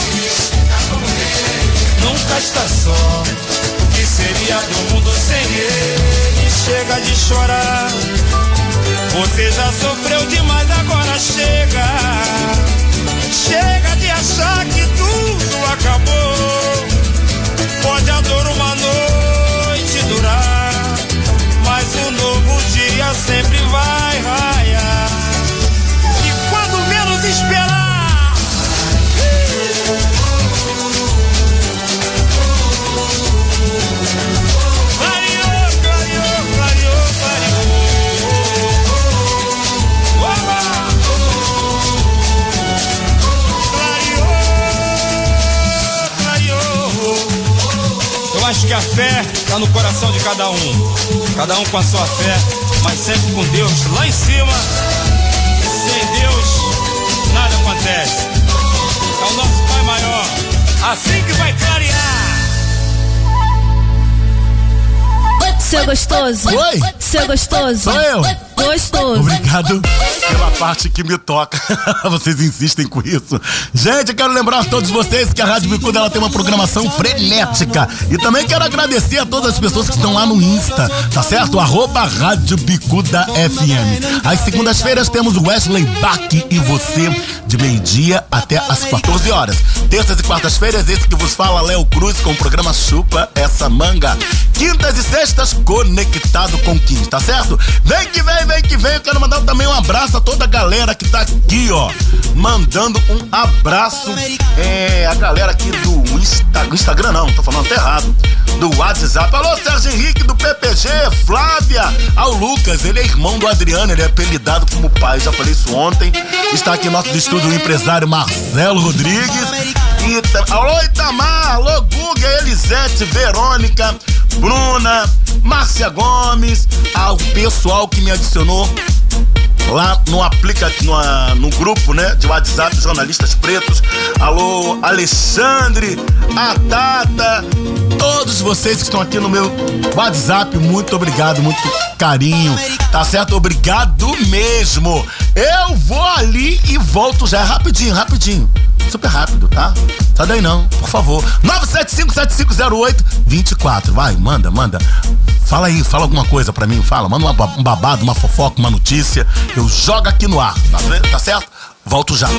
nunca está só. O que seria do mundo sem ele? Chega de chorar, você já sofreu demais, agora chega. Chega de achar que tudo acabou. Pode a dor uma noite durar, mas um novo dia sempre vai raiar. E quando menos esperar, eu acho que a fé está no coração de cada um com a sua fé, mas sempre com Deus lá em cima. Sem Deus nada acontece. É o nosso Pai maior, assim que vai clarear. Seu gostoso. Oi. Seu gostoso. Sou eu. Gostoso. Obrigado pela parte que me toca. Vocês insistem com isso. Gente, eu quero lembrar a todos vocês que a Rádio Bicuda ela tem uma programação frenética. E também quero agradecer a todas as pessoas que estão lá no Insta, tá certo? @Rádio Bicuda FM. Às segundas-feiras temos o Wesley Bach e você, de meio-dia até às 14 horas. Terças e quartas-feiras, esse que vos fala, Léo Cruz, com o programa Chupa Essa Manga. Quintas e sextas, conectado com 15, tá certo? Vem que vem, vem que vem. Eu quero mandar também um abraço a toda a galera que tá aqui, ó. Mandando um abraço. A galera aqui do Instagram, não, tô falando até errado. Do WhatsApp. Alô, Sérgio Henrique do PPG, Flávia. Ao Lucas, ele é irmão do Adriano, ele é apelidado como pai, já falei isso ontem. Está aqui nosso estúdio o empresário Marcelo Rodrigues. Alô, Itamar, alô, Guga, Elisete, Verônica, Bruna, Márcia Gomes, ao pessoal que me adicionou lá no aplicativo, no grupo, né, de WhatsApp, Jornalistas Pretos. Alô, Alexandre, a Tata, todos vocês que estão aqui no meu WhatsApp, muito obrigado, muito carinho, tá certo? Obrigado mesmo. Eu vou ali e volto já, rapidinho, super rápido, tá? Sai daí não, por favor. 975-7508-24, vai, manda. Fala aí, fala alguma coisa pra mim, manda um babado, uma fofoca, uma notícia. Eu jogo aqui no ar, tá certo? Volto já.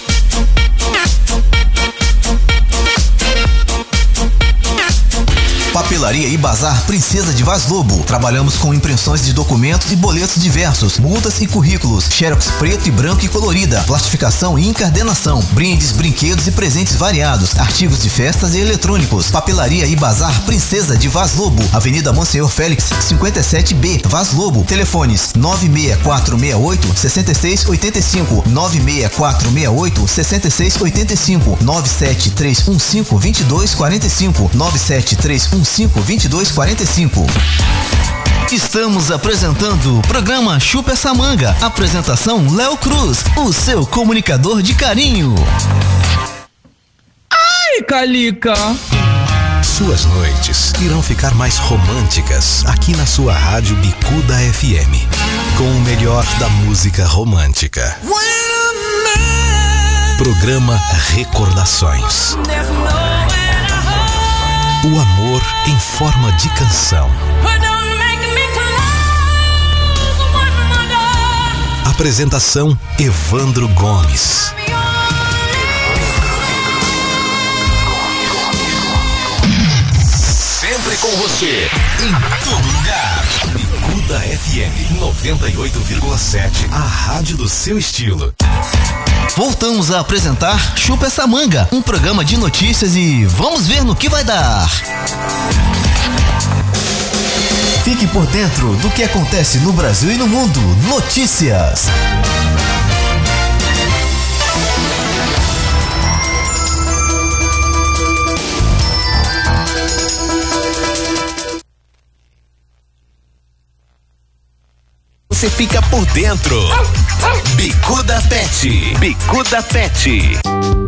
Papelaria e Bazar Princesa de Vaz Lobo. Trabalhamos com impressões de documentos e boletos diversos, multas e currículos, xerox preto e branco e colorida, plastificação e encardenação, brindes, brinquedos e presentes variados, artigos de festas e eletrônicos. Papelaria e Bazar Princesa de Vaz Lobo, Avenida Monsenhor Félix, 57B, Vaz Lobo. Telefones 96468-6685, 96468-6685, 97315-2245, 97315-2245. Estamos apresentando o programa Chupa Essa Manga. Apresentação Léo Cruz, o seu comunicador de carinho. Ai, Calica! Suas noites irão ficar mais românticas aqui na sua Rádio Bicuda FM, com o melhor da música romântica. Programa Recordações. O amor em forma de canção. Apresentação Evandro Gomes. Sempre com você, em todo lugar. Bicuda FM 98,7. A rádio do seu estilo. Voltamos a apresentar Chupa Essa Manga, um programa de notícias e vamos ver no que vai dar. Fique por dentro do que acontece no Brasil e no mundo. Notícias. Você fica por dentro. Bicuda Pet. Bicuda Pet.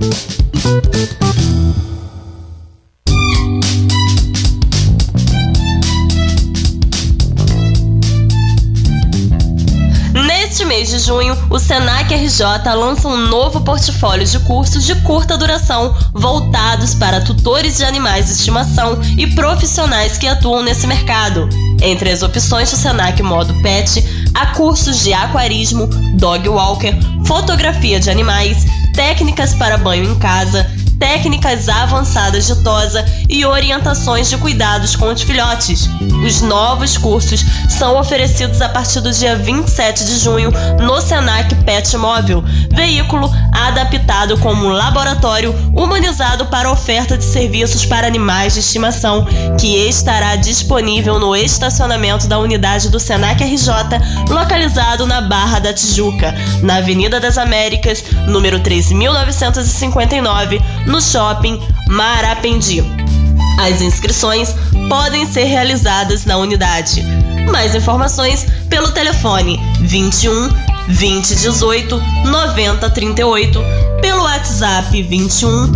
Neste mês de junho, o Senac RJ lança um novo portfólio de cursos de curta duração voltados para tutores de animais de estimação e profissionais que atuam nesse mercado. Entre as opções do Senac Modo Pet, há cursos de aquarismo, dog walker, fotografia de animais, técnicas para banho em casa, técnicas avançadas de tosa e orientações de cuidados com os filhotes. Os novos cursos são oferecidos a partir do dia 27 de junho no Senac Pet Móvel, veículo adaptado como laboratório humanizado para oferta de serviços para animais de estimação, que estará disponível no estacionamento da unidade do Senac RJ, localizado na Barra da Tijuca, na Avenida das Américas, número 3959, no Shopping Marapendi. As inscrições podem ser realizadas na unidade. Mais informações pelo telefone 21 2018 9038, pelo WhatsApp 21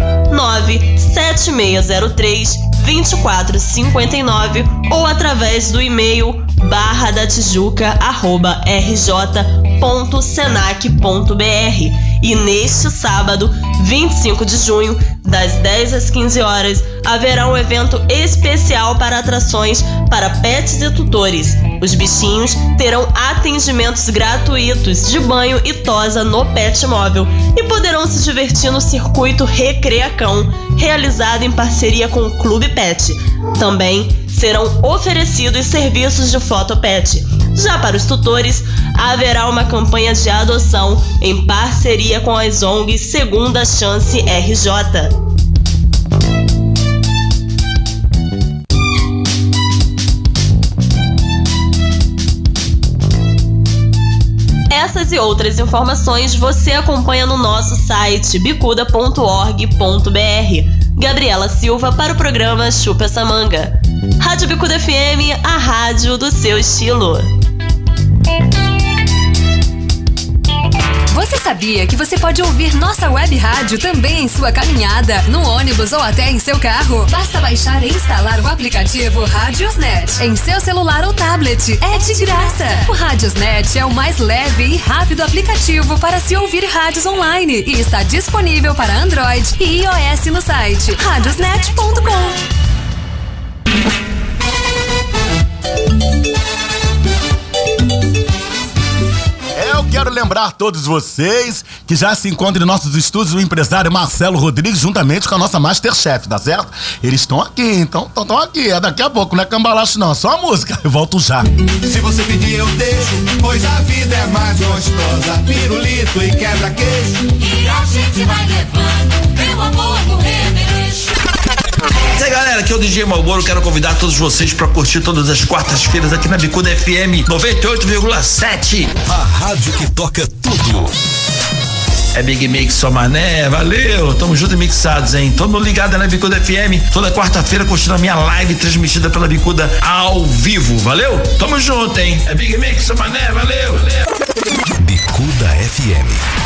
97603 2459 ou através do e-mail barradatijuca@rj.senac.br. E neste sábado, 25 de junho, das 10 às 15 horas, haverá um evento especial para atrações para pets e tutores. Os bichinhos terão atendimentos gratuitos de banho e tosa no Pet Móvel e poderão se divertir no circuito Recreacão, realizado em parceria com o Clube Pet. Também serão oferecidos serviços de fotopet. Já para os tutores, haverá uma campanha de adoção em parceria com as ONGs Segunda Chance RJ. Essas e outras informações você acompanha no nosso site bicuda.org.br. Gabriela Silva para o programa Chupa essa Manga. Rádio Bicuda FM, a rádio do seu estilo. Você sabia que você pode ouvir nossa web rádio também em sua caminhada, no ônibus ou até em seu carro? Basta baixar e instalar o aplicativo Radiosnet em seu celular ou tablet. É de graça! O Radiosnet é o mais leve e rápido aplicativo para se ouvir rádios online e está disponível para Android e iOS no site radiosnet.com. Eu quero lembrar todos vocês que já se encontram em nossos estúdios o empresário Marcelo Rodrigues, juntamente com a nossa Masterchef, tá certo? Eles estão aqui, então estão aqui. É daqui a pouco, não é cambalacho não, é só a música. Eu volto já. Se você pedir eu deixo, pois a vida é mais gostosa. Pirulito e quebra-queixo, e a gente vai levando, meu amor, morrer deixa. E aí galera, aqui é o DJ Malboro, quero convidar todos vocês para curtir todas as quartas-feiras aqui na Bicuda FM 98,7. A rádio que toca tudo. É Big Mix, só mané, valeu, tamo junto e mixados, hein? Todo mundo ligado na Bicuda FM, toda quarta-feira curtindo a minha live transmitida pela Bicuda ao vivo, valeu? Tamo junto, hein? É Big Mix, só mané, valeu. Bicuda FM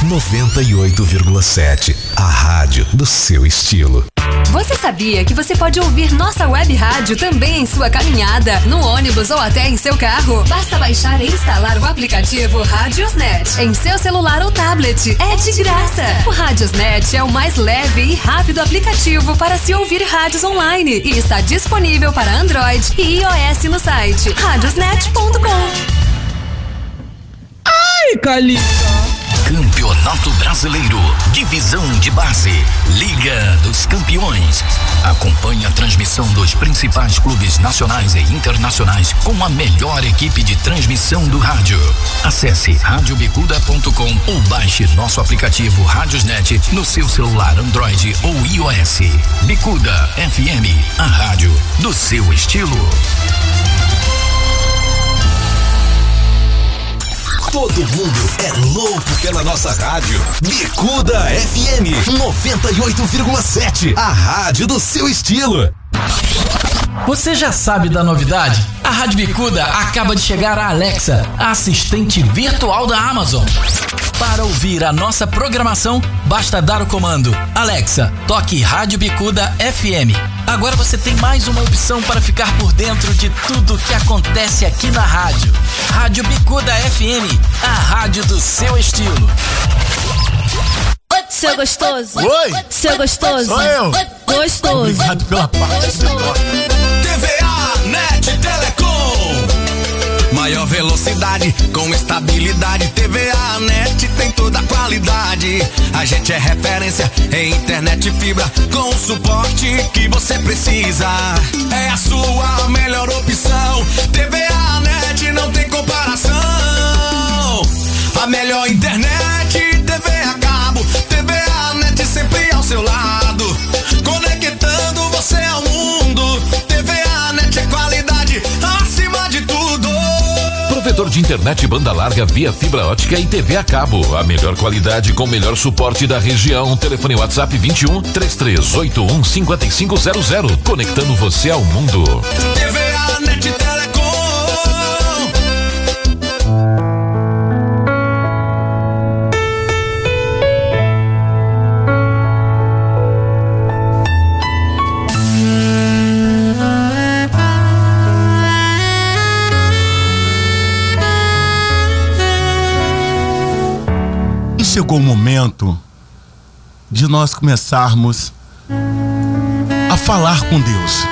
98,7, a rádio do seu estilo. Você sabia que você pode ouvir nossa web rádio também em sua caminhada, no ônibus ou até em seu carro? Basta baixar e instalar o aplicativo Radiosnet em seu celular ou tablet. É de graça! O Radiosnet é o mais leve e rápido aplicativo para se ouvir rádios online e está disponível para Android e iOS no site radiosnet.com. Ai, Calica! Campeonato Brasileiro, Divisão de Base, Liga dos Campeões. Acompanhe a transmissão dos principais clubes nacionais e internacionais com a melhor equipe de transmissão do rádio. Acesse radiobicuda.com ou baixe nosso aplicativo Radiosnet no seu celular Android ou iOS. Bicuda FM, a rádio do seu estilo. Todo mundo é louco pela nossa rádio. Bicuda FM 98,7, a rádio do seu estilo. Você já sabe da novidade? A Rádio Bicuda acaba de chegar a Alexa, a assistente virtual da Amazon. Para ouvir a nossa programação, basta dar o comando: Alexa, toque Rádio Bicuda FM. Agora você tem mais uma opção para ficar por dentro de tudo que acontece aqui na rádio. Rádio Bicuda FM, a rádio do seu estilo. Seu gostoso. Oi. Seu gostoso. Sou eu. Gostoso. Obrigado pela parte. TVA Net Telecom. Maior velocidade com estabilidade. TVA Net tem toda a qualidade. A gente é referência em internet fibra com o suporte que você precisa. É a sua melhor opção. TVA Net não tem comparação. A melhor internet, TV a cabo. TVA Net sempre ao seu lado, conectando você ao mundo. TVA Net é qualidade acima de tudo. Provedor de internet banda larga via fibra ótica e TV a cabo. A melhor qualidade com o melhor suporte da região. Telefone WhatsApp 21 3381 5500. Conectando você ao mundo. TVA Net Telecom. Chegou o momento de nós começarmos a falar com Deus.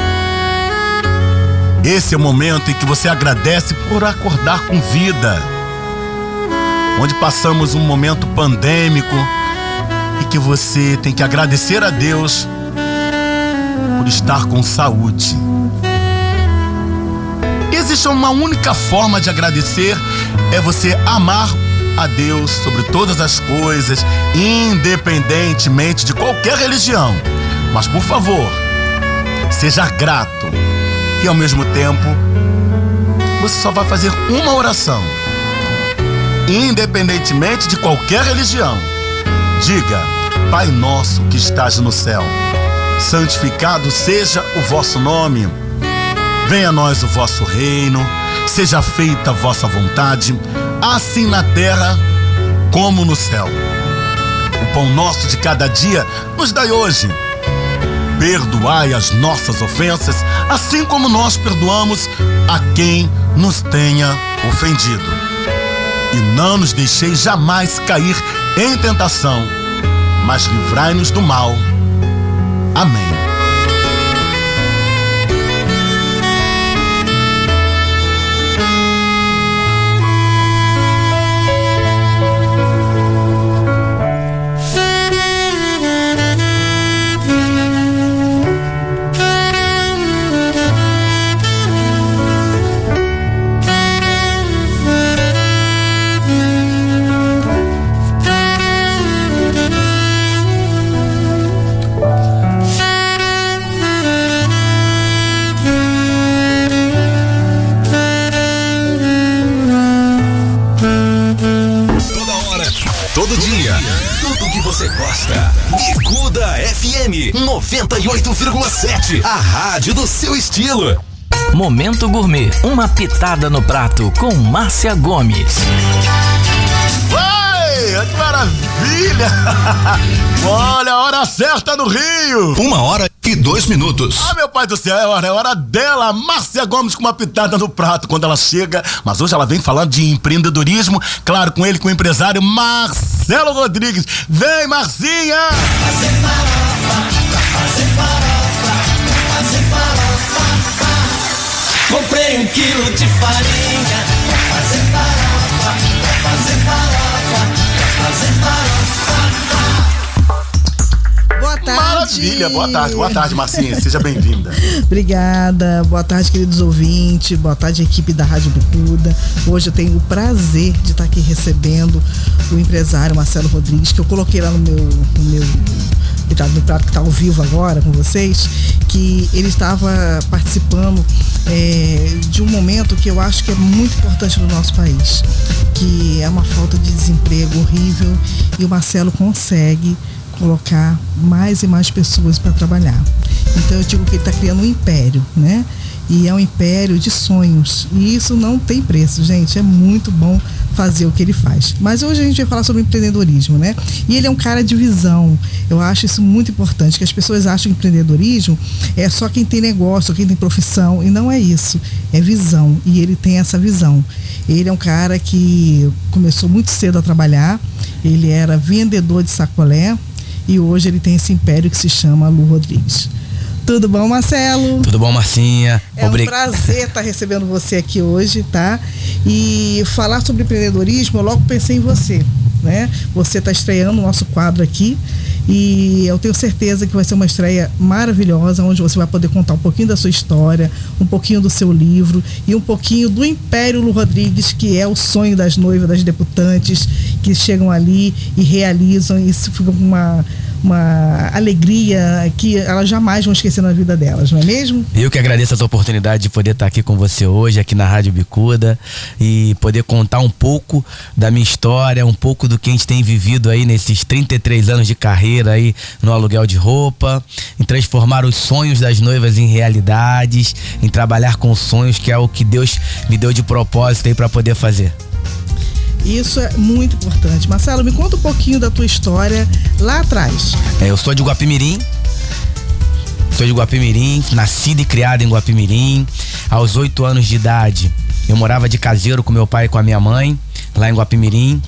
Esse é o momento em que você agradece por acordar com vida, onde passamos um momento pandêmico e que você tem que agradecer a Deus por estar com saúde. Existe uma única forma de agradecer, é você amar a Deus sobre todas as coisas, independentemente de qualquer religião. Mas por favor, seja grato e ao mesmo tempo você só vai fazer uma oração, independentemente de qualquer religião. Diga: Pai nosso que estás no céu, santificado seja o vosso nome. Venha a nós o vosso reino, seja feita a vossa vontade, assim na terra como no céu. O pão nosso de cada dia nos dai hoje. Perdoai as nossas ofensas, assim como nós perdoamos a quem nos tenha ofendido. E não nos deixeis jamais cair em tentação, mas livrai-nos do mal. Amém. Todo dia, tudo que você gosta. Bicuda FM 98,7. A rádio do seu estilo. Momento Gourmet, uma pitada no prato com Márcia Gomes. Oi, que maravilha! Olha a hora certa no Rio. 1h02. Ah, meu pai do céu, é hora dela, Márcia Gomes, com uma pitada no prato quando ela chega. Mas hoje ela vem falando de empreendedorismo, claro, com ele, com o empresário Marcelo Rodrigues. Vem, Marcinha! Fazer farofa, fazer farofa, fazer farofa. Comprei 1 quilo de farinha, fazer farofa, fazer farofa, fazer farofa. Boa tarde. Maravilha, boa tarde, Marcinha, seja bem-vinda. Obrigada, boa tarde, queridos ouvintes, boa tarde, equipe da Rádio Bicuda. Hoje eu tenho o prazer de estar aqui recebendo o empresário Marcelo Rodrigues, que eu coloquei lá no meu pitado no prato, que está ao vivo agora com vocês, que ele estava participando de um momento que eu acho que é muito importante no nosso país, que é uma falta de desemprego horrível, e o Marcelo consegue colocar mais e mais pessoas para trabalhar. Então eu digo que ele está criando um império, né? E é um império de sonhos. E isso não tem preço, gente. É muito bom fazer o que ele faz. Mas hoje a gente vai falar sobre empreendedorismo, né? E ele é um cara de visão. Eu acho isso muito importante, que as pessoas acham que empreendedorismo é só quem tem negócio, quem tem profissão. E não é isso. É visão. E ele tem essa visão. Ele é um cara que começou muito cedo a trabalhar. Ele era vendedor de sacolé. E hoje ele tem esse império que se chama Lu Rodrigues. Tudo bom, Marcelo? Tudo bom, Marcinha? É um prazer estar recebendo você aqui hoje, tá? E falar sobre empreendedorismo, eu logo pensei em você, né? Você está estreando o nosso quadro aqui e eu tenho certeza que vai ser uma estreia maravilhosa, onde você vai poder contar um pouquinho da sua história, um pouquinho do seu livro e um pouquinho do Império Lu Rodrigues, que é o sonho das noivas, das debutantes, que chegam ali e realizam e ficam com uma alegria que elas jamais vão esquecer na vida delas, não é mesmo? Eu que agradeço essa oportunidade de poder estar aqui com você hoje, aqui na Rádio Bicuda, e poder contar um pouco da minha história, um pouco do que a gente tem vivido aí nesses 33 anos de carreira aí no aluguel de roupa, em transformar os sonhos das noivas em realidades, em trabalhar com sonhos, que é o que Deus me deu de propósito aí para poder fazer. Isso é muito importante. Marcelo, me conta um pouquinho da tua história lá atrás. Eu sou de Guapimirim. Nascido e criado em Guapimirim. Aos 8 anos de idade, eu morava de caseiro com meu pai e com a minha mãe, lá em Guapimirim.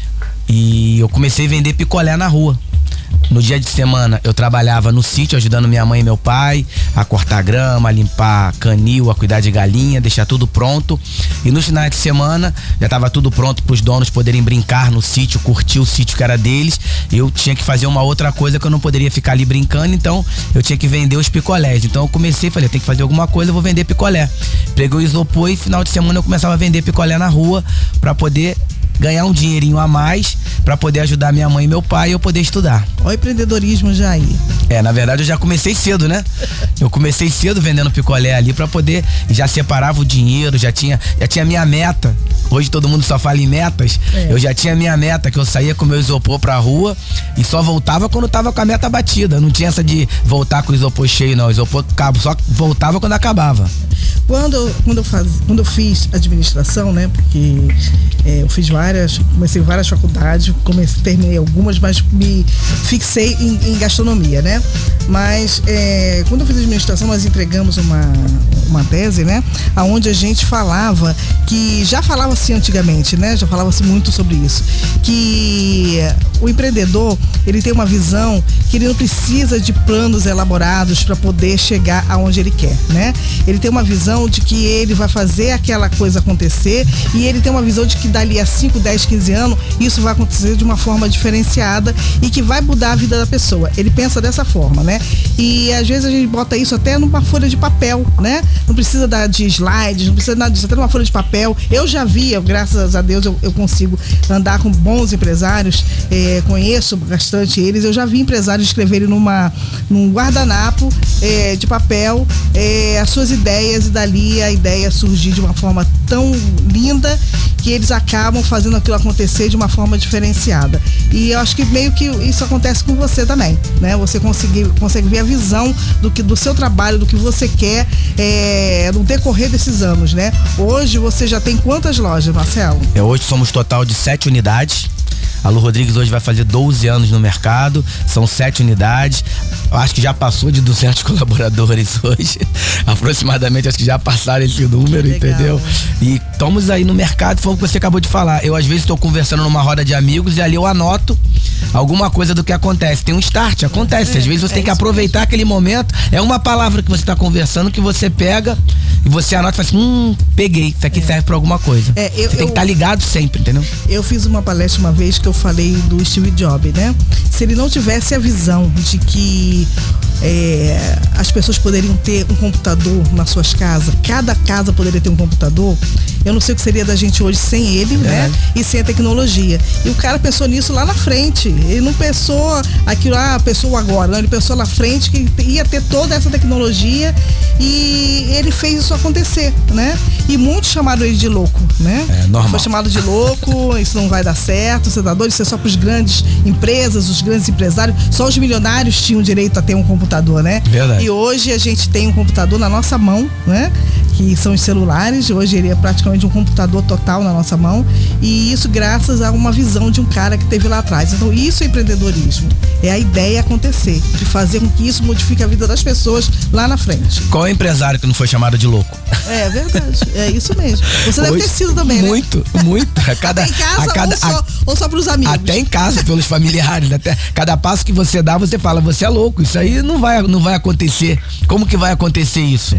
E eu comecei a vender picolé na rua. No dia de semana eu trabalhava no sítio ajudando minha mãe e meu pai a cortar grama, a limpar canil, a cuidar de galinha, deixar tudo pronto. E nos finais de semana já estava tudo pronto para os donos poderem brincar no sítio, curtir o sítio que era deles. Eu tinha que fazer uma outra coisa que eu não poderia ficar ali brincando, então eu tinha que vender os picolés. Então eu comecei, falei, tem que fazer alguma coisa, eu vou vender picolé. Peguei o isopor e final de semana eu começava a vender picolé na rua para poder ganhar um dinheirinho a mais para poder ajudar minha mãe e meu pai e eu poder estudar. Olha o empreendedorismo já aí. Na verdade eu já comecei cedo, né? Eu comecei cedo vendendo picolé ali para poder, já separava o dinheiro, já tinha minha meta. Hoje todo mundo só fala em metas. Eu já tinha minha meta, que eu saía com o meu isopor pra rua e só voltava quando tava com a meta batida. Não tinha essa de voltar com o isopor cheio, não. O isopor só voltava quando acabava. Quando eu fiz administração, né? Porque comecei várias faculdades, terminei algumas, mas me fixei em gastronomia, né? Mas quando eu fiz administração, nós entregamos uma tese, né? Aonde a gente falava que já falava-se antigamente, né? Já falava-se muito sobre isso, que o empreendedor, ele tem uma visão que ele não precisa de planos elaborados para poder chegar aonde ele quer, né? Ele tem uma visão de que ele vai fazer aquela coisa acontecer e ele tem uma visão de que dali a 5, 10, 15 anos isso vai acontecer de uma forma diferenciada e que vai mudar a vida da pessoa. Ele pensa dessa forma, né? E às vezes a gente bota isso até numa folha de papel, né? Não precisa de slides, não precisa nada disso, até numa folha de papel. Eu já vi, graças a Deus eu consigo andar com bons empresários, conheço bastante eles. Eu já vi empresários escreverem num guardanapo de papel as suas ideias e dali a ideia surgir de uma forma tão linda que eles acabam fazendo aquilo acontecer de uma forma diferenciada. E eu acho que meio que isso acontece com você também, né? Você consegue ver a visão do seu trabalho, do que você quer no decorrer desses anos, né? Hoje você já tem quantas lojas, Marcelo? Hoje somos total de 7 unidades. A Lu Rodrigues hoje vai fazer 12 anos no mercado, são 7 unidades. Eu acho que já passou de 200 colaboradores hoje. Aproximadamente, acho que já passaram esse número, entendeu? E estamos aí no mercado, foi o que você acabou de falar. Eu às vezes estou conversando numa roda de amigos e ali eu anoto alguma coisa do que acontece. Tem um start, acontece. Às vezes você tem que aproveitar aquele momento. É uma palavra que você está conversando que você pega e você anota e fala assim, peguei, isso aqui serve pra alguma coisa. Você tem que estar ligado sempre, entendeu? Eu fiz uma palestra uma vez que eu falei do Steve Jobs, né? Se ele não tivesse a visão de que as pessoas poderiam ter um computador nas suas casas, cada casa poderia ter um computador, eu não sei o que seria da gente hoje sem ele, né? E sem a tecnologia. E o cara pensou nisso lá na frente. Ele não pensou aquilo, pensou agora, não. Ele pensou lá na frente que ia ter toda essa tecnologia e ele fez isso acontecer, né? E muitos chamaram ele de louco, né? Normal. Foi chamado de louco, isso não vai dar certo, você tá doido, isso é só para os grandes empresas, os grandes empresários, só os milionários tinham direito a ter um computador. computador, né? Verdade. E hoje a gente tem um computador na nossa mão, né? Que são os celulares. Hoje ele é praticamente um computador total na nossa mão. E isso graças a uma visão de um cara que teve lá atrás. Então isso é empreendedorismo. É a ideia acontecer, de fazer com que isso modifique a vida das pessoas lá na frente. Qual é o empresário que não foi chamado de louco? É verdade, é isso mesmo. Você deve ter sido também, muito, né? Muito. Até em casa ou só pros amigos? Até em casa, pelos familiares. Até cada passo que você dá, você fala, você é louco. Isso aí não vai acontecer. Como que vai acontecer isso?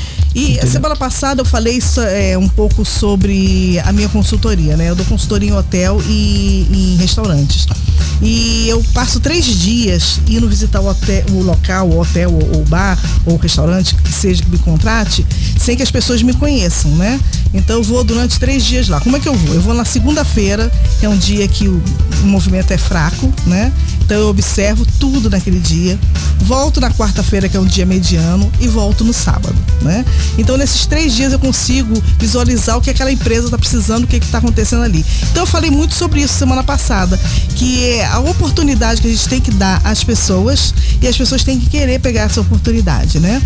E a semana passada eu falei um pouco sobre a minha consultoria, né? Eu dou consultoria em hotel e em restaurantes. E eu passo 3 dias indo visitar o local, o hotel, ou bar, ou restaurante, que seja que me contrate, sem que as pessoas me conheçam, né? Então eu vou durante 3 dias lá. Como é que eu vou? Eu vou na segunda-feira, que é um dia que o movimento é fraco, né? Então eu observo tudo naquele dia. Volto na quarta-feira, que é um dia mediano, e volto no sábado, né? Então nesses 3 dias eu consigo visualizar o que aquela empresa está precisando, o que está acontecendo ali. Então eu falei muito sobre isso semana passada, que é a oportunidade que a gente tem que dar às pessoas, e as pessoas têm que querer pegar essa oportunidade, né?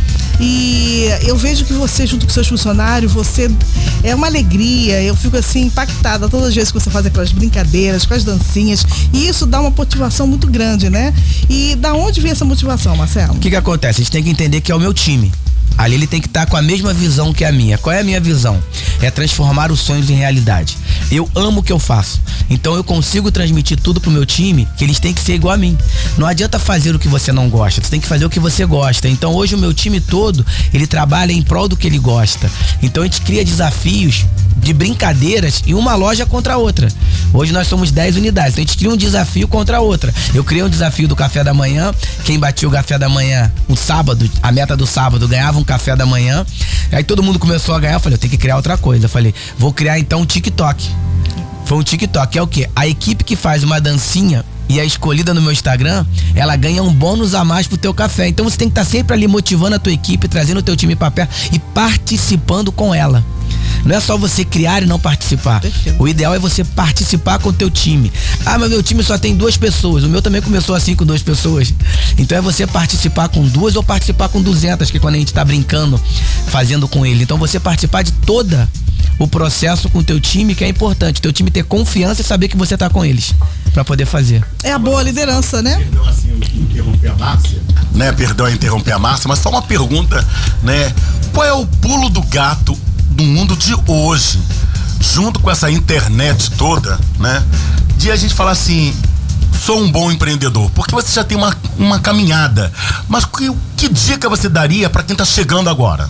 E eu vejo que você, junto com seus funcionários, você é uma alegria. Eu fico assim impactada todas as vezes que você faz aquelas brincadeiras, com as dancinhas, e isso dá uma motivação muito grande, né? E da onde vem essa motivação, Marcelo? O que acontece? A gente tem que entender que é o meu time. Ali ele tem que estar com a mesma visão que a minha. Qual é a minha visão? É transformar os sonhos em realidade. Eu amo o que eu faço. Então eu consigo transmitir tudo pro meu time, que eles têm que ser igual a mim. Não adianta fazer o que você não gosta, você tem que fazer o que você gosta. Então hoje o meu time todo, ele trabalha em prol do que ele gosta. Então a gente cria desafios de brincadeiras e uma loja contra a outra. Hoje nós somos 10 unidades, então a gente cria um desafio contra a outra. Eu criei um desafio do café da manhã. Quem batia o café da manhã, o sábado, a meta do sábado, ganhava um café da manhã. Aí todo mundo começou a ganhar. Eu falei, eu tenho que criar outra coisa. Eu falei, vou criar então um TikTok. Foi um TikTok, é o quê? A equipe que faz uma dancinha e é escolhida no meu Instagram, ela ganha um bônus a mais pro teu café. Então você tem que estar sempre ali motivando a tua equipe, trazendo o teu time pra perto e participando com ela. Não é só você criar e não participar. O ideal é você participar com o teu time. Ah, mas meu time só tem 2 pessoas. O meu também começou assim com 2 pessoas. Então é você participar com 2 ou participar com 200, que é quando a gente tá brincando, fazendo com ele. Então você participar de toda o processo com o teu time, que é importante. O teu time ter confiança e saber que você tá com eles pra poder fazer. É a boa liderança, né? Perdão assim, interromper a Márcia, né? Perdão interromper a Márcia, mas só uma pergunta, né? Qual é o pulo do gato do mundo de hoje, junto com essa internet toda, né? De a gente falar assim, sou um bom empreendedor, porque você já tem uma caminhada, mas que dica você daria para quem tá chegando agora?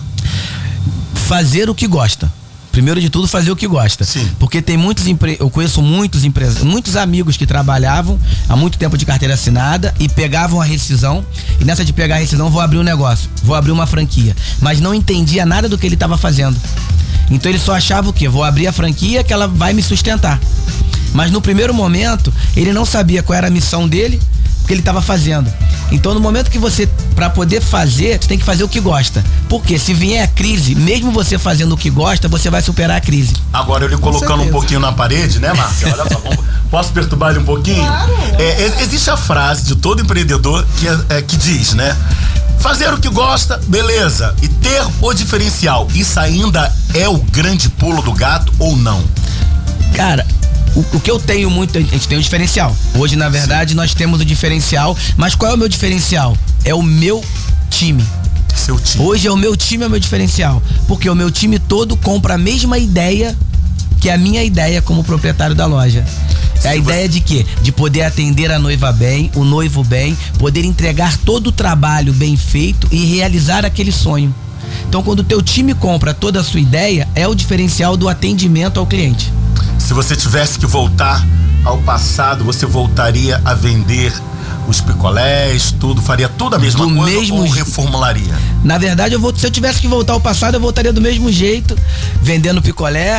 Fazer o que gosta. Primeiro de tudo, fazer o que gosta. Sim. Porque tem eu conheço muitos amigos que trabalhavam há muito tempo de carteira assinada e pegavam a rescisão, e nessa de pegar a rescisão, vou abrir um negócio, vou abrir uma franquia, mas não entendia nada do que ele estava fazendo. Então ele só achava o quê? Vou abrir a franquia que ela vai me sustentar. Mas no primeiro momento, ele não sabia qual era a missão dele, o que ele estava fazendo. Então no momento que você, para poder fazer, você tem que fazer o que gosta. Porque se vier a crise, mesmo você fazendo o que gosta, você vai superar a crise. Agora eu lhe colocando um pouquinho na parede, né, Márcia? Olha só, posso perturbar ele um pouquinho? Claro. Existe a frase de todo empreendedor que diz, né? Fazer o que gosta, beleza. E ter o diferencial, isso ainda é o grande pulo do gato ou não? Cara, o que eu tenho muito, a gente tem o diferencial. Hoje, na verdade, nós temos o diferencial, mas qual é o meu diferencial? É o meu time. Seu time. Hoje é o meu time, é o meu diferencial. Porque o meu time todo compra a mesma ideia que a minha ideia como proprietário da loja. É a ideia de quê? De poder atender a noiva bem, o noivo bem, poder entregar todo o trabalho bem feito e realizar aquele sonho. Então, quando o teu time compra toda a sua ideia, é o diferencial do atendimento ao cliente. Se você tivesse que voltar ao passado, você voltaria a vender os picolés, tudo, faria tudo a mesma coisa ou reformularia? Na verdade, se eu tivesse que voltar ao passado, eu voltaria do mesmo jeito, vendendo picolé,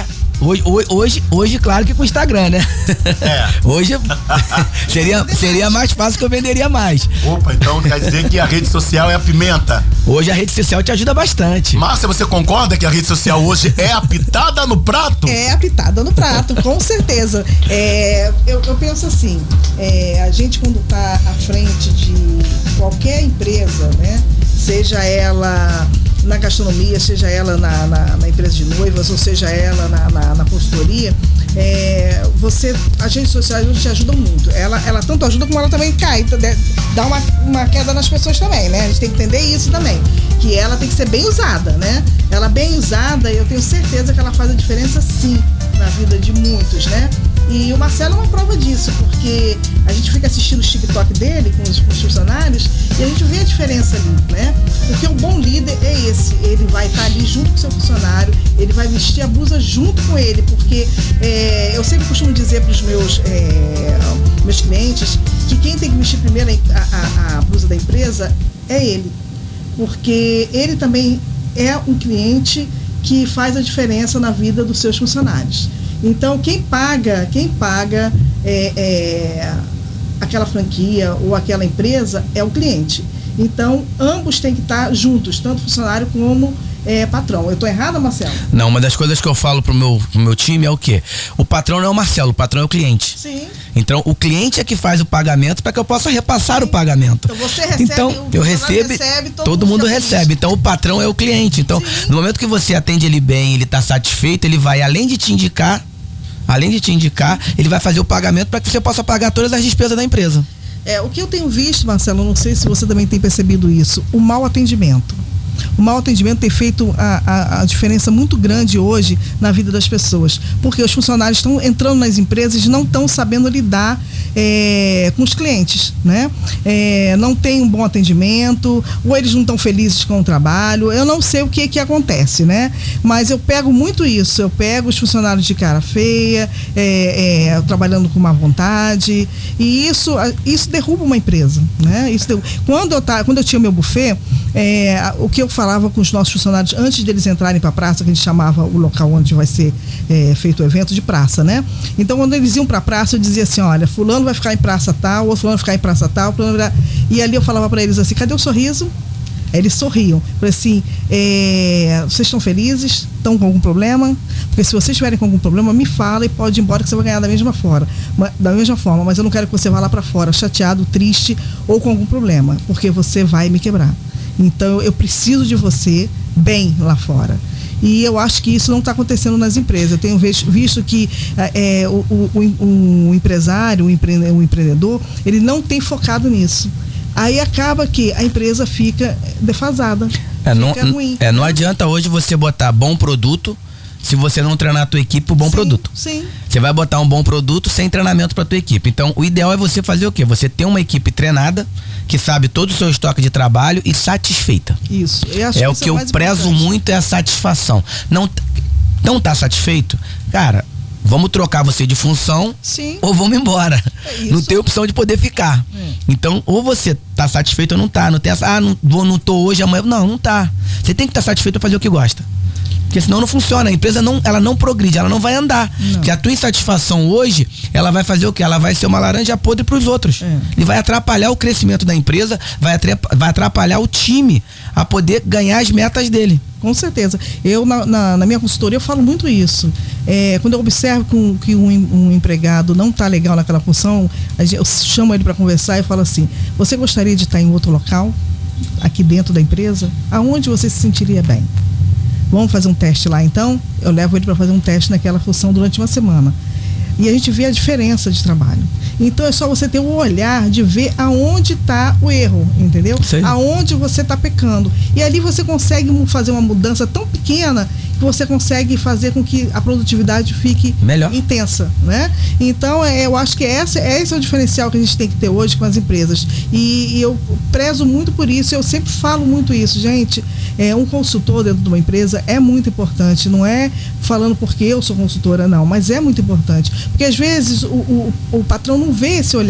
Hoje, claro que com o Instagram, né? Hoje seria mais fácil que eu venderia mais. Opa, então quer dizer que a rede social é a pimenta. Hoje a rede social te ajuda bastante. Márcia, você concorda que a rede social hoje é a pitada no prato? É a pitada no prato, com certeza. Eu penso assim, a gente quando tá à frente de qualquer empresa, né? Seja ela na gastronomia, seja ela na empresa de noivas, ou seja ela na consultoria, as redes sociais te ajudam muito. Ela tanto ajuda como ela também cai, dá uma queda nas pessoas também, né? A gente tem que entender isso também, que ela tem que ser bem usada, né? Ela bem usada, eu tenho certeza que ela faz a diferença sim na vida de muitos, né? E o Marcelo é uma prova disso, porque a gente fica assistindo o TikTok dele com os funcionários e a gente vê a diferença ali, né? Porque o bom líder é esse, ele vai estar ali junto com o seu funcionário, ele vai vestir a blusa junto com ele, porque eu sempre costumo dizer para os meus clientes que quem tem que vestir primeiro a blusa da empresa é ele, porque ele também é um cliente que faz a diferença na vida dos seus funcionários. Então, quem paga aquela franquia ou aquela empresa é o cliente. Então, ambos têm que estar juntos, tanto funcionário como patrão. Eu tô errada, Marcelo? Não, uma das coisas que eu falo pro meu time é o quê? O patrão não é o Marcelo, o patrão é o cliente. Sim. Então, o cliente é que faz o pagamento para que eu possa repassar o pagamento. Então, você recebe, então, eu recebo, todo mundo recebe. Então, o patrão é o cliente. Então, no momento que você atende ele bem, ele tá satisfeito, ele vai, além de te indicar, ele vai fazer o pagamento para que você possa pagar todas as despesas da empresa. O que eu tenho visto, Marcelo, não sei se você também tem percebido isso, o mau atendimento. O mau atendimento tem feito a diferença muito grande hoje na vida das pessoas, porque os funcionários estão entrando nas empresas e não estão sabendo lidar com os clientes, né? Não tem um bom atendimento, ou eles não estão felizes com o trabalho, eu não sei o que acontece, né? Mas eu pego muito isso, eu pego os funcionários de cara feia, trabalhando com má vontade, e isso derruba uma empresa, né? Quando eu tinha meu buffet, o que eu falava com os nossos funcionários antes deles entrarem para a praça, que a gente chamava o local onde vai ser feito o evento de praça, né? Então, quando eles iam para a praça, eu dizia assim, olha, fulano vai ficar em praça tal, ou fulano vai ficar em praça tal, e ali eu falava para eles assim, cadê o sorriso? Aí eles sorriam. Falei assim, vocês estão felizes? Estão com algum problema? Porque se vocês estiverem com algum problema, me fala e pode ir embora que você vai ganhar da mesma forma, mas eu não quero que você vá lá para fora chateado, triste ou com algum problema, porque você vai me quebrar. Então, eu preciso de você bem lá fora. E eu acho que isso não está acontecendo nas empresas. Eu tenho visto que o empresário, o empreendedor, ele não tem focado nisso. Aí acaba que a empresa fica defasada, fica ruim. Não adianta hoje você botar bom produto se você não treinar a tua equipe pro bom produto. Sim. Você vai botar um bom produto sem treinamento pra tua equipe. Então, o ideal é você fazer o quê? Você ter uma equipe treinada, que sabe todo o seu estoque de trabalho e satisfeita. Isso. É o que eu prezo muito, é a satisfação. Não tá satisfeito? Cara, vamos trocar você de função. Sim. Ou vamos embora. Não tem opção de poder ficar. Então, ou você tá satisfeito ou não tá. Não tem essa, não tô hoje, amanhã. Não tá. Você tem que estar satisfeito pra fazer o que gosta. Porque senão não funciona, a empresa ela não progride, ela não vai andar. Porque a tua insatisfação hoje, ela vai fazer o quê? Ela vai ser uma laranja podre pros outros. E vai atrapalhar o crescimento da empresa, vai atrapalhar o time a poder ganhar as metas dele. Com certeza. Eu, na minha consultoria, eu falo muito isso. Quando eu observo que um empregado não está legal naquela função, eu chamo ele para conversar e falo assim, você gostaria de estar em outro local, aqui dentro da empresa? Aonde você se sentiria bem? Vamos fazer um teste lá, então? Eu levo ele para fazer um teste naquela função durante uma semana. E a gente vê a diferença de trabalho. Então é só você ter o olhar de ver aonde está o erro, entendeu? Sim. Aonde você está pecando. E ali você consegue fazer uma mudança tão pequena que você consegue fazer com que a produtividade fique melhor, intensa, né? Então eu acho que esse é o diferencial que a gente tem que ter hoje com as empresas. E eu prezo muito por isso, eu sempre falo muito isso, gente. Um consultor dentro de uma empresa é muito importante, não é falando porque eu sou consultora, não, mas é muito importante. Porque às vezes o patrão não vê esse olhar,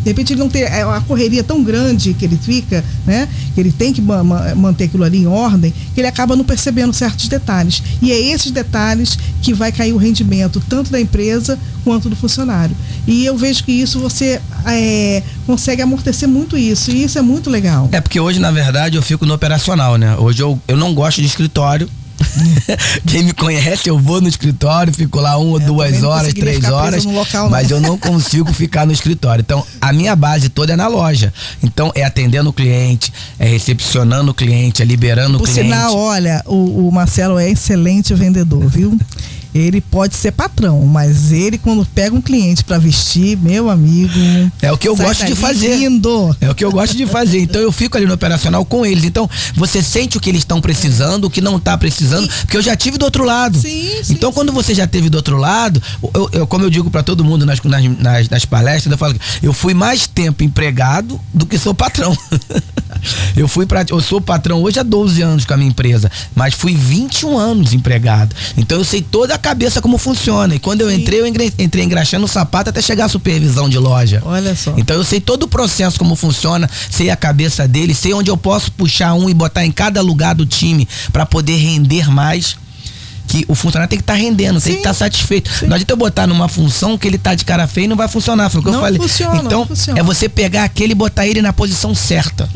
De repente ele não tem a correria tão grande que ele fica, né? Que ele tem que manter aquilo ali em ordem, que ele acaba não percebendo certos detalhes. E é esses detalhes que vai cair o rendimento tanto da empresa quanto do funcionário. E eu vejo que isso você consegue amortecer muito isso, e isso é muito legal. É porque hoje, na verdade, eu fico no operacional, né? Hoje eu não gosto de escritório. Quem me conhece, eu vou no escritório, fico lá 1 ou 2 horas, 3 horas, local, mas eu não consigo ficar no escritório. Então, a minha base toda é na loja. Então, é atendendo o cliente, é recepcionando o cliente, é liberando o cliente. Por sinal, olha, o Marcelo é excelente vendedor, viu? Ele pode ser patrão, mas ele, quando pega um cliente pra vestir, meu amigo... É o que eu gosto de fazer. Lindo. É o que eu gosto de fazer. Então eu fico ali no operacional com eles. Então você sente o que eles estão precisando, o que não tá precisando, porque eu já tive do outro lado. Então quando você já teve do outro lado, como eu digo pra todo mundo nas palestras, eu falo que eu fui mais tempo empregado do que sou patrão. Eu sou patrão hoje há 12 anos com a minha empresa, mas fui 21 anos empregado. Então eu sei toda a cabeça como funciona. E quando eu entrei engraxando o sapato até chegar a supervisão de loja. Olha só. Então eu sei todo o processo como funciona, sei a cabeça dele, sei onde eu posso puxar um e botar em cada lugar do time para poder render mais. Que o funcionário tem que estar rendendo, tem que estar satisfeito. Não adianta eu botar numa função que ele tá de cara feia e não vai funcionar. Foi o que eu falei. Então, é você pegar aquele e botar ele na posição certa.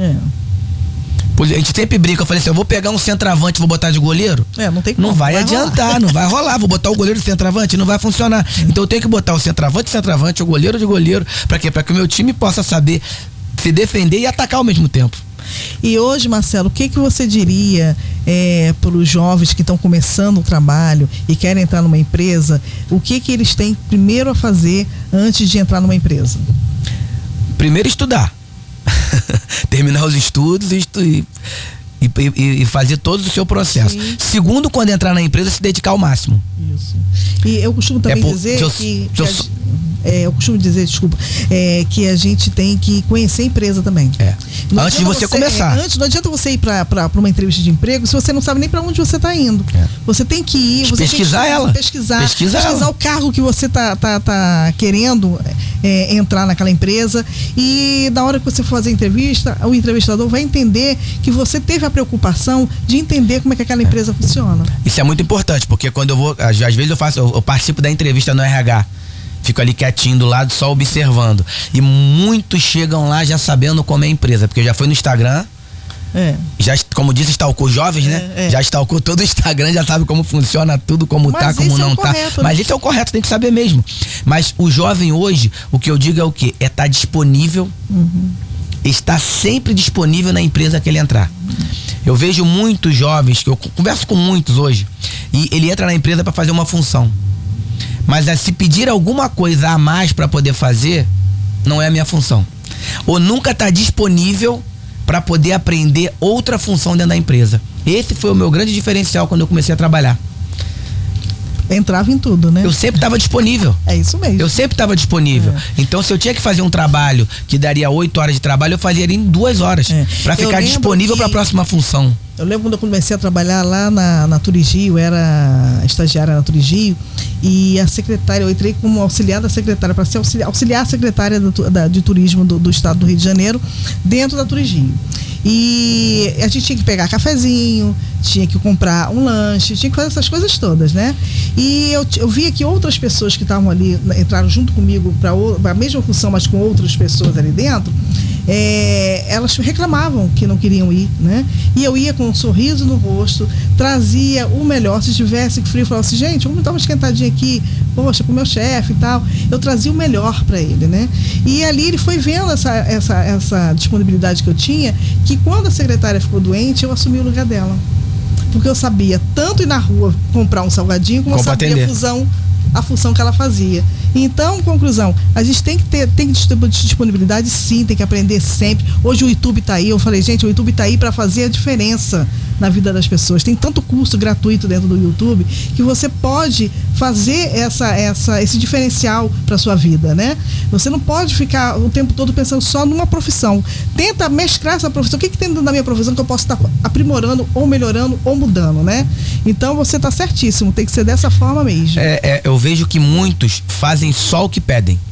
A gente sempre brinca, eu falei assim, eu vou pegar um centroavante e vou botar de goleiro? Não tem como. Não vai adiantar, não vai rolar. Vou botar o goleiro de centroavante, não vai funcionar. Então eu tenho que botar o centroavante de centroavante, o goleiro de goleiro. Pra quê? Pra que o meu time possa saber se defender e atacar ao mesmo tempo. E hoje, Marcelo, o que você diria para os jovens que estão começando o trabalho e querem entrar numa empresa? O que eles têm primeiro a fazer antes de entrar numa empresa? Primeiro, estudar. Terminar os estudos e fazer todo o seu processo. Segundo, quando entrar na empresa, se dedicar ao máximo. Isso. E eu costumo também dizer eu costumo dizer, que a gente tem que conhecer a empresa também. Antes de você começar. Não adianta você ir para uma entrevista de emprego se você não sabe nem para onde você está indo. Você tem que ir, você pesquisar tem que ela. Pesquisar o cargo que você tá querendo entrar naquela empresa, e na hora que você for fazer a entrevista, o entrevistador vai entender que você teve a preocupação de entender como é que aquela empresa funciona. Isso é muito importante, porque quando eu vou, às vezes eu participo da entrevista no RH. Fico ali quietinho do lado, só observando. E muitos chegam lá já sabendo como é a empresa, porque já foi no Instagram. Já, como disse, stalkou jovens, né? Já stalkou todo o Instagram, já sabe como funciona tudo, como tá, como não tá. Mas isso é o correto, tem que saber mesmo. Mas o jovem hoje, o que eu digo é o quê? É estar disponível, estar sempre disponível na empresa que ele entrar. Eu vejo muitos jovens, que eu converso com muitos hoje, e ele entra na empresa para fazer uma função. Mas se pedir alguma coisa a mais para poder fazer, não é a minha função. Ou nunca está disponível para poder aprender outra função dentro da empresa. Esse foi o meu grande diferencial quando eu comecei a trabalhar. Entrava em tudo, né? Eu sempre estava disponível. É isso mesmo. Eu sempre estava disponível. Então, se eu tinha que fazer um trabalho que daria 8 horas de trabalho, eu fazia ele em 2 horas. Para ficar disponível para a próxima função. Eu lembro quando eu comecei a trabalhar lá na Turigio, eu era estagiária na Turigio, e a secretária, eu entrei como auxiliar da secretária, para ser auxiliar a secretária de turismo do estado do Rio de Janeiro, dentro da Turigio. E a gente tinha que pegar cafezinho, tinha que comprar um lanche, tinha que fazer essas coisas todas, né? E eu via que outras pessoas que estavam ali, entraram junto comigo para a mesma função, mas com outras pessoas ali dentro, elas reclamavam que não queriam ir, né? E eu ia com um sorriso no rosto, trazia o melhor. Se tivesse frio, eu falava assim, gente, vamos dar uma esquentadinha aqui, poxa, pro meu chefe e tal. Eu trazia o melhor para ele, né? E ali ele foi vendo essa disponibilidade que eu tinha, que quando a secretária ficou doente, eu assumi o lugar dela. Porque eu sabia tanto ir na rua comprar um salgadinho, como eu sabia a função que ela fazia. Então, conclusão, a gente tem que ter disponibilidade, sim, tem que aprender sempre. Hoje o YouTube tá aí, eu falei, gente, o YouTube tá aí para fazer a diferença na vida das pessoas. Tem tanto curso gratuito dentro do YouTube que você pode fazer esse diferencial para sua vida, né? Você não pode ficar o tempo todo pensando só numa profissão. Tenta mesclar essa profissão. O que tem dentro da minha profissão que eu posso estar aprimorando, ou melhorando, ou mudando, né? Então você tá certíssimo, tem que ser dessa forma mesmo. Eu vejo que muitos fazem só o que pedem.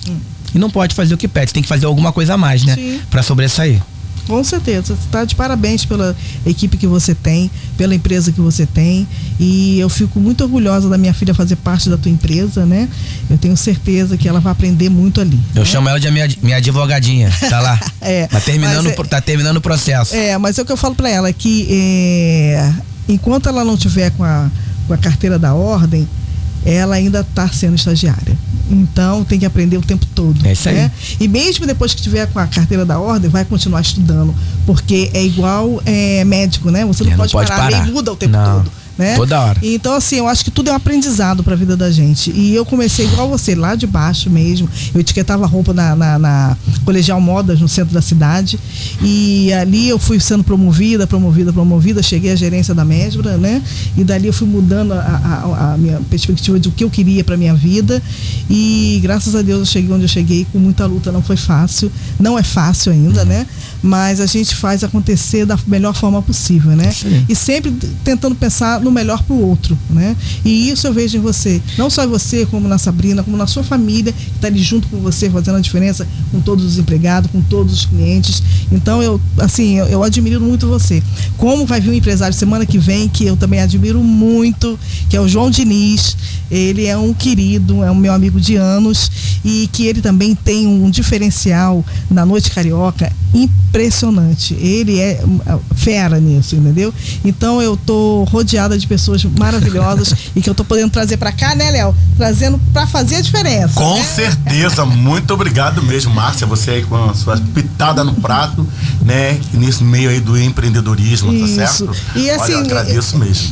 e não pode fazer o que pede, tem que fazer alguma coisa a mais, né? Sim. Pra sobressair. Com certeza, você está de parabéns pela equipe que você tem, pela empresa que você tem, e eu fico muito orgulhosa da minha filha fazer parte da tua empresa, né? Eu tenho certeza que ela vai aprender muito ali. Eu chamo ela de minha advogadinha, tá lá. Tá terminando o processo. Mas é o que eu falo para ela, que enquanto ela não tiver com a carteira da ordem, ela ainda está sendo estagiária. Então tem que aprender o tempo todo. É isso aí. Né? E mesmo depois que tiver com a carteira da ordem, vai continuar estudando. Porque é igual médico, né? Você não pode parar. A lei muda o tempo todo. Né? Toda hora. Então, assim, eu acho que tudo é um aprendizado para a vida da gente. E eu comecei igual você, lá de baixo mesmo. Eu etiquetava roupa na Colegial Modas, no centro da cidade. E ali eu fui sendo promovida. Cheguei à gerência da Mesbra, né? E dali eu fui mudando a minha perspectiva do que eu queria para minha vida. E graças a Deus eu cheguei onde eu cheguei com muita luta. Não foi fácil. Não é fácil ainda, né? Mas a gente faz acontecer da melhor forma possível, né? Sim. E sempre tentando pensar no melhor pro outro, né? E isso eu vejo em você, não só em você, como na Sabrina, como na sua família, que tá ali junto com você, fazendo a diferença com todos os empregados, com todos os clientes. Então eu admiro muito você. Como vai vir um empresário semana que vem, que eu também admiro muito, que é o João Diniz. Ele é um querido, é um meu amigo de anos, e que ele também tem um diferencial na Noite Carioca impressionante. Ele é fera nisso, entendeu? Então eu tô rodeada de pessoas maravilhosas e que eu tô podendo trazer pra cá, né, Léo? Trazendo pra fazer a diferença. Com certeza, muito obrigado mesmo, Márcia, você aí com a sua pitada no prato, né? Nesse meio aí do empreendedorismo, isso. Tá certo? E assim, olha, eu agradeço mesmo.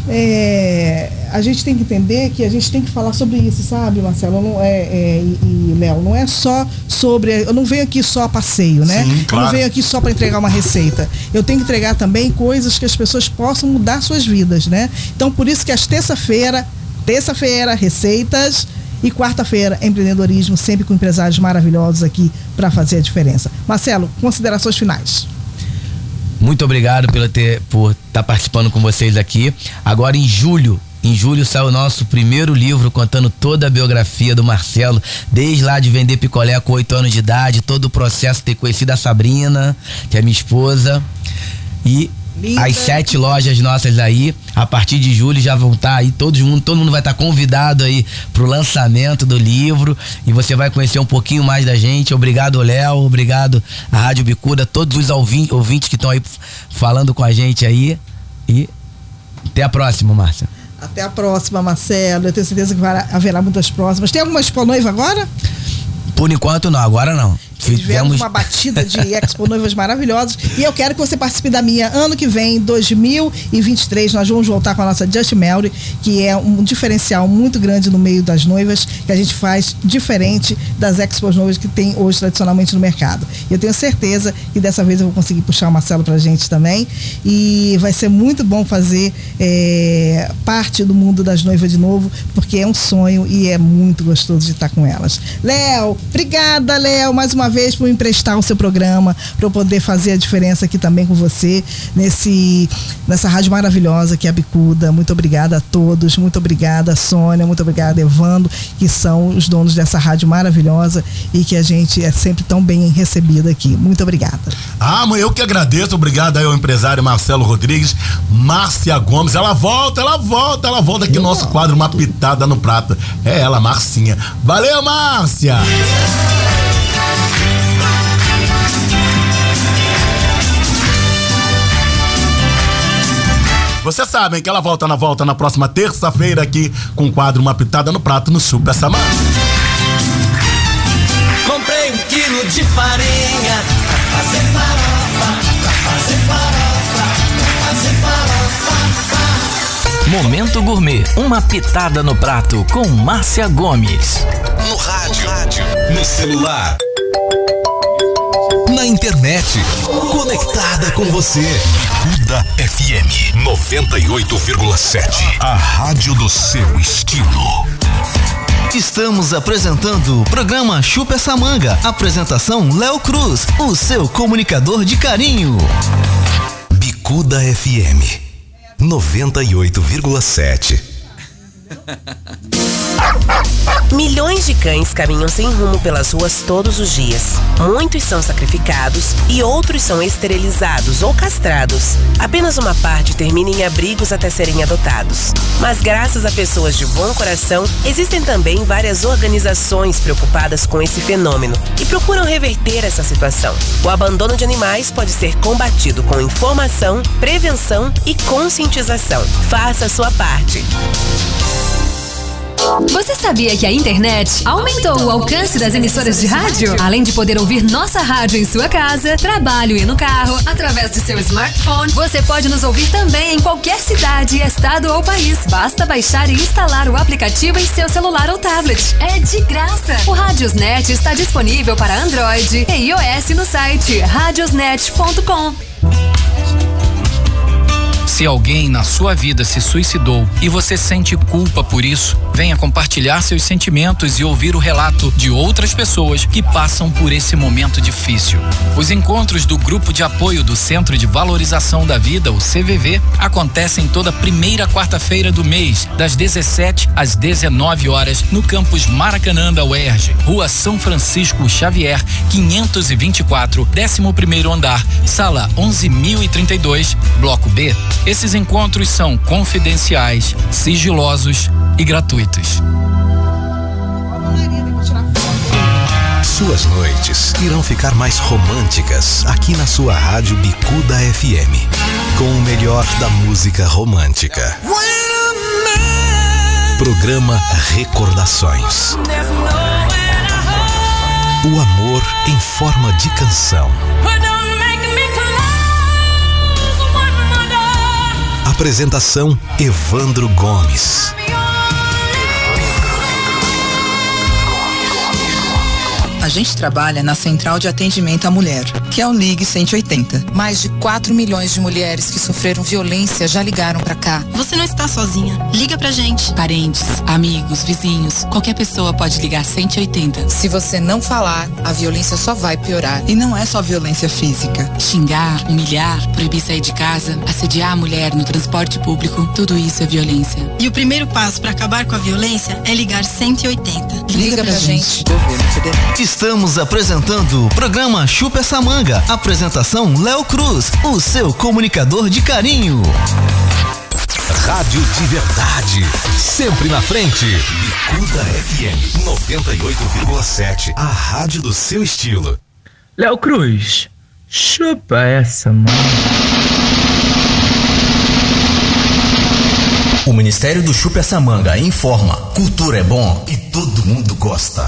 A gente tem que entender que a gente tem que falar sobre isso, sabe, Marcelo? E Léo, não é só sobre. Eu não venho aqui só a passeio, né? Sim, claro. Eu não venho aqui só para entregar uma receita. Eu tenho que entregar também coisas que as pessoas possam mudar suas vidas, né? Então, por isso que às terça-feira, receitas, e quarta-feira, empreendedorismo, sempre com empresários maravilhosos aqui para fazer a diferença. Marcelo, considerações finais. Muito obrigado por estar participando com vocês aqui. Agora em julho sai o nosso primeiro livro contando toda a biografia do Marcelo, desde lá de vender picolé com 8 anos de idade, todo o processo, ter conhecido a Sabrina, que é minha esposa, e linda. As 7 lojas nossas aí, a partir de julho já vão estar aí, todo mundo vai estar convidado aí pro lançamento do livro, e você vai conhecer um pouquinho mais da gente. Obrigado, Léo, obrigado a Rádio Bicuda, todos os ouvintes que estão aí falando com a gente aí, e até a próxima, Márcia. Até a próxima, Marcelo. Eu tenho certeza que haverá muitas próximas. Tem alguma Expo Noiva agora? Por enquanto não, agora não. Tivemos uma batida de Expo Noivas maravilhosas, e eu quero que você participe da minha ano que vem, 2023. Nós vamos voltar com a nossa Just Melody, que é um diferencial muito grande no meio das noivas, que a gente faz diferente das Expos Noivas que tem hoje tradicionalmente no mercado. E eu tenho certeza que dessa vez eu vou conseguir puxar o Marcelo pra gente também, e vai ser muito bom fazer parte do mundo das noivas de novo, porque é um sonho e é muito gostoso de estar com elas. Léo, obrigada, Léo, mais uma vez por me emprestar o seu programa, para eu poder fazer a diferença aqui também com você nessa rádio maravilhosa que é a Bicuda. Muito obrigada a todos, muito obrigada Sônia, muito obrigada Evandro, que são os donos dessa rádio maravilhosa e que a gente é sempre tão bem recebida aqui. Muito obrigada. Eu que agradeço, obrigado aí ao empresário Marcelo Rodrigues. Márcia Gomes, ela volta aqui no nosso quadro Uma Pitada no Prato. É ela, Marcinha. Valeu, Márcia! Vocês sabem que ela volta na próxima terça-feira aqui com o quadro Uma Pitada no Prato no Super Samã. Comprei 1 quilo de farinha pra fazer farofa, Momento Gourmet, Uma Pitada no Prato com Márcia Gomes. No rádio, no celular, na internet, conectada com você. Bicuda FM 98,7. A rádio do seu estilo. Estamos apresentando o programa Chupa essa Manga. Apresentação Léo Cruz, o seu comunicador de carinho. Bicuda FM 98,7. Milhões de cães caminham sem rumo pelas ruas todos os dias. Muitos são sacrificados e outros são esterilizados ou castrados. Apenas uma parte termina em abrigos até serem adotados. Mas graças a pessoas de bom coração, existem também várias organizações preocupadas com esse fenômeno e procuram reverter essa situação. O abandono de animais pode ser combatido com informação, prevenção e conscientização. Faça a sua parte. Você sabia que a internet aumentou o alcance das emissoras de rádio? Além de poder ouvir nossa rádio em sua casa, trabalho e no carro, através de seu smartphone, você pode nos ouvir também em qualquer cidade, estado ou país. Basta baixar e instalar o aplicativo em seu celular ou tablet. É de graça. O Radiosnet está disponível para Android e iOS no site radiosnet.com. Se alguém na sua vida se suicidou e você sente culpa por isso, venha compartilhar seus sentimentos e ouvir o relato de outras pessoas que passam por esse momento difícil. Os encontros do Grupo de Apoio do Centro de Valorização da Vida, o CVV, acontecem toda primeira quarta-feira do mês, das 17 às 19 horas, no campus Maracanã da UERJ, Rua São Francisco Xavier, 524, 11º andar, sala 11.032, bloco B. Esses encontros são confidenciais, sigilosos e gratuitos. Suas noites irão ficar mais românticas aqui na sua rádio Bicuda FM, com o melhor da música romântica. Programa Recordações. O amor em forma de canção. Apresentação Evandro Gomes. A gente trabalha na Central de Atendimento à Mulher, que é o Ligue 180. Mais de 4 milhões de mulheres que sofreram violência já ligaram pra cá. Você não está sozinha. Liga pra gente. Parentes, amigos, vizinhos, qualquer pessoa pode ligar 180. Se você não falar, a violência só vai piorar. E não é só violência física. Xingar, humilhar, proibir sair de casa, assediar a mulher no transporte público, tudo isso é violência. E o primeiro passo para acabar com a violência é ligar 180. Liga pra gente. Estamos apresentando o programa Chupa Essa Manga. Apresentação Léo Cruz, o seu comunicador de carinho. Rádio de verdade, sempre na frente. Bicuda FM 98,7, a rádio do seu estilo. Léo Cruz, chupa essa manga. O Ministério do Chupa Essa Manga informa: cultura é bom e todo mundo gosta.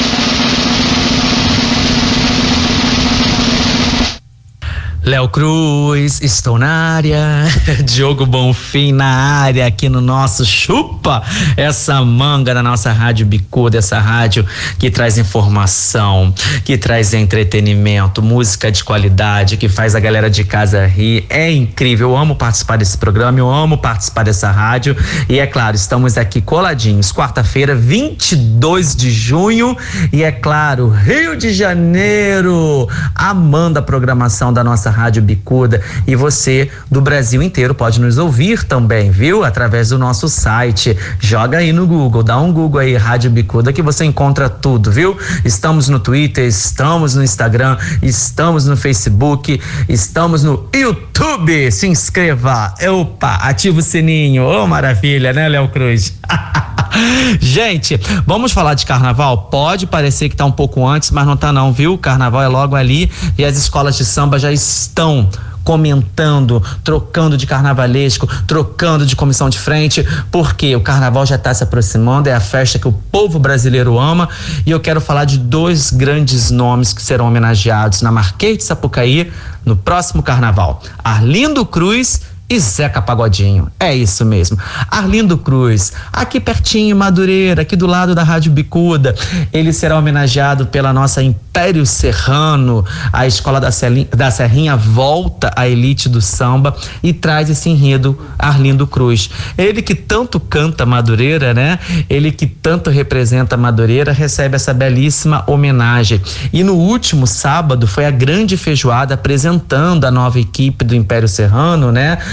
Léo Cruz, estou na área, Diogo Bonfim na área, aqui no nosso Chupa Essa Manga, na nossa rádio Bicuda, essa rádio que traz informação, que traz entretenimento, música de qualidade, que faz a galera de casa rir. É incrível, eu amo participar desse programa, eu amo participar dessa rádio e é claro, estamos aqui coladinhos, quarta-feira, 22 de junho e é claro, Rio de Janeiro, amando a programação da nossa Rádio Bicuda, e você do Brasil inteiro pode nos ouvir também, viu? Através do nosso site. Joga aí no Google, dá um Google aí, Rádio Bicuda, que você encontra tudo, viu? Estamos no Twitter, estamos no Instagram, estamos no Facebook, estamos no YouTube. Se inscreva, opa, ativa o sininho. Ô, maravilha, né, Léo Cruz? Gente, vamos falar de carnaval? Pode parecer que tá um pouco antes, mas não tá não, viu? Carnaval é logo ali e as escolas de samba já estão comentando, trocando de carnavalesco, trocando de comissão de frente, porque o carnaval já está se aproximando, é a festa que o povo brasileiro ama, e eu quero falar de dois grandes nomes que serão homenageados na Marquês de Sapucaí no próximo carnaval: Arlindo Cruz e Zeca Pagodinho. É isso mesmo. Arlindo Cruz, aqui pertinho, Madureira, aqui do lado da Rádio Bicuda. Ele será homenageado pela nossa Império Serrano. A escola da Serrinha volta à elite do samba e traz esse enredo Arlindo Cruz. Ele que tanto canta Madureira, né? Ele que tanto representa Madureira, recebe essa belíssima homenagem. E no último sábado foi a grande feijoada apresentando a nova equipe do Império Serrano, né?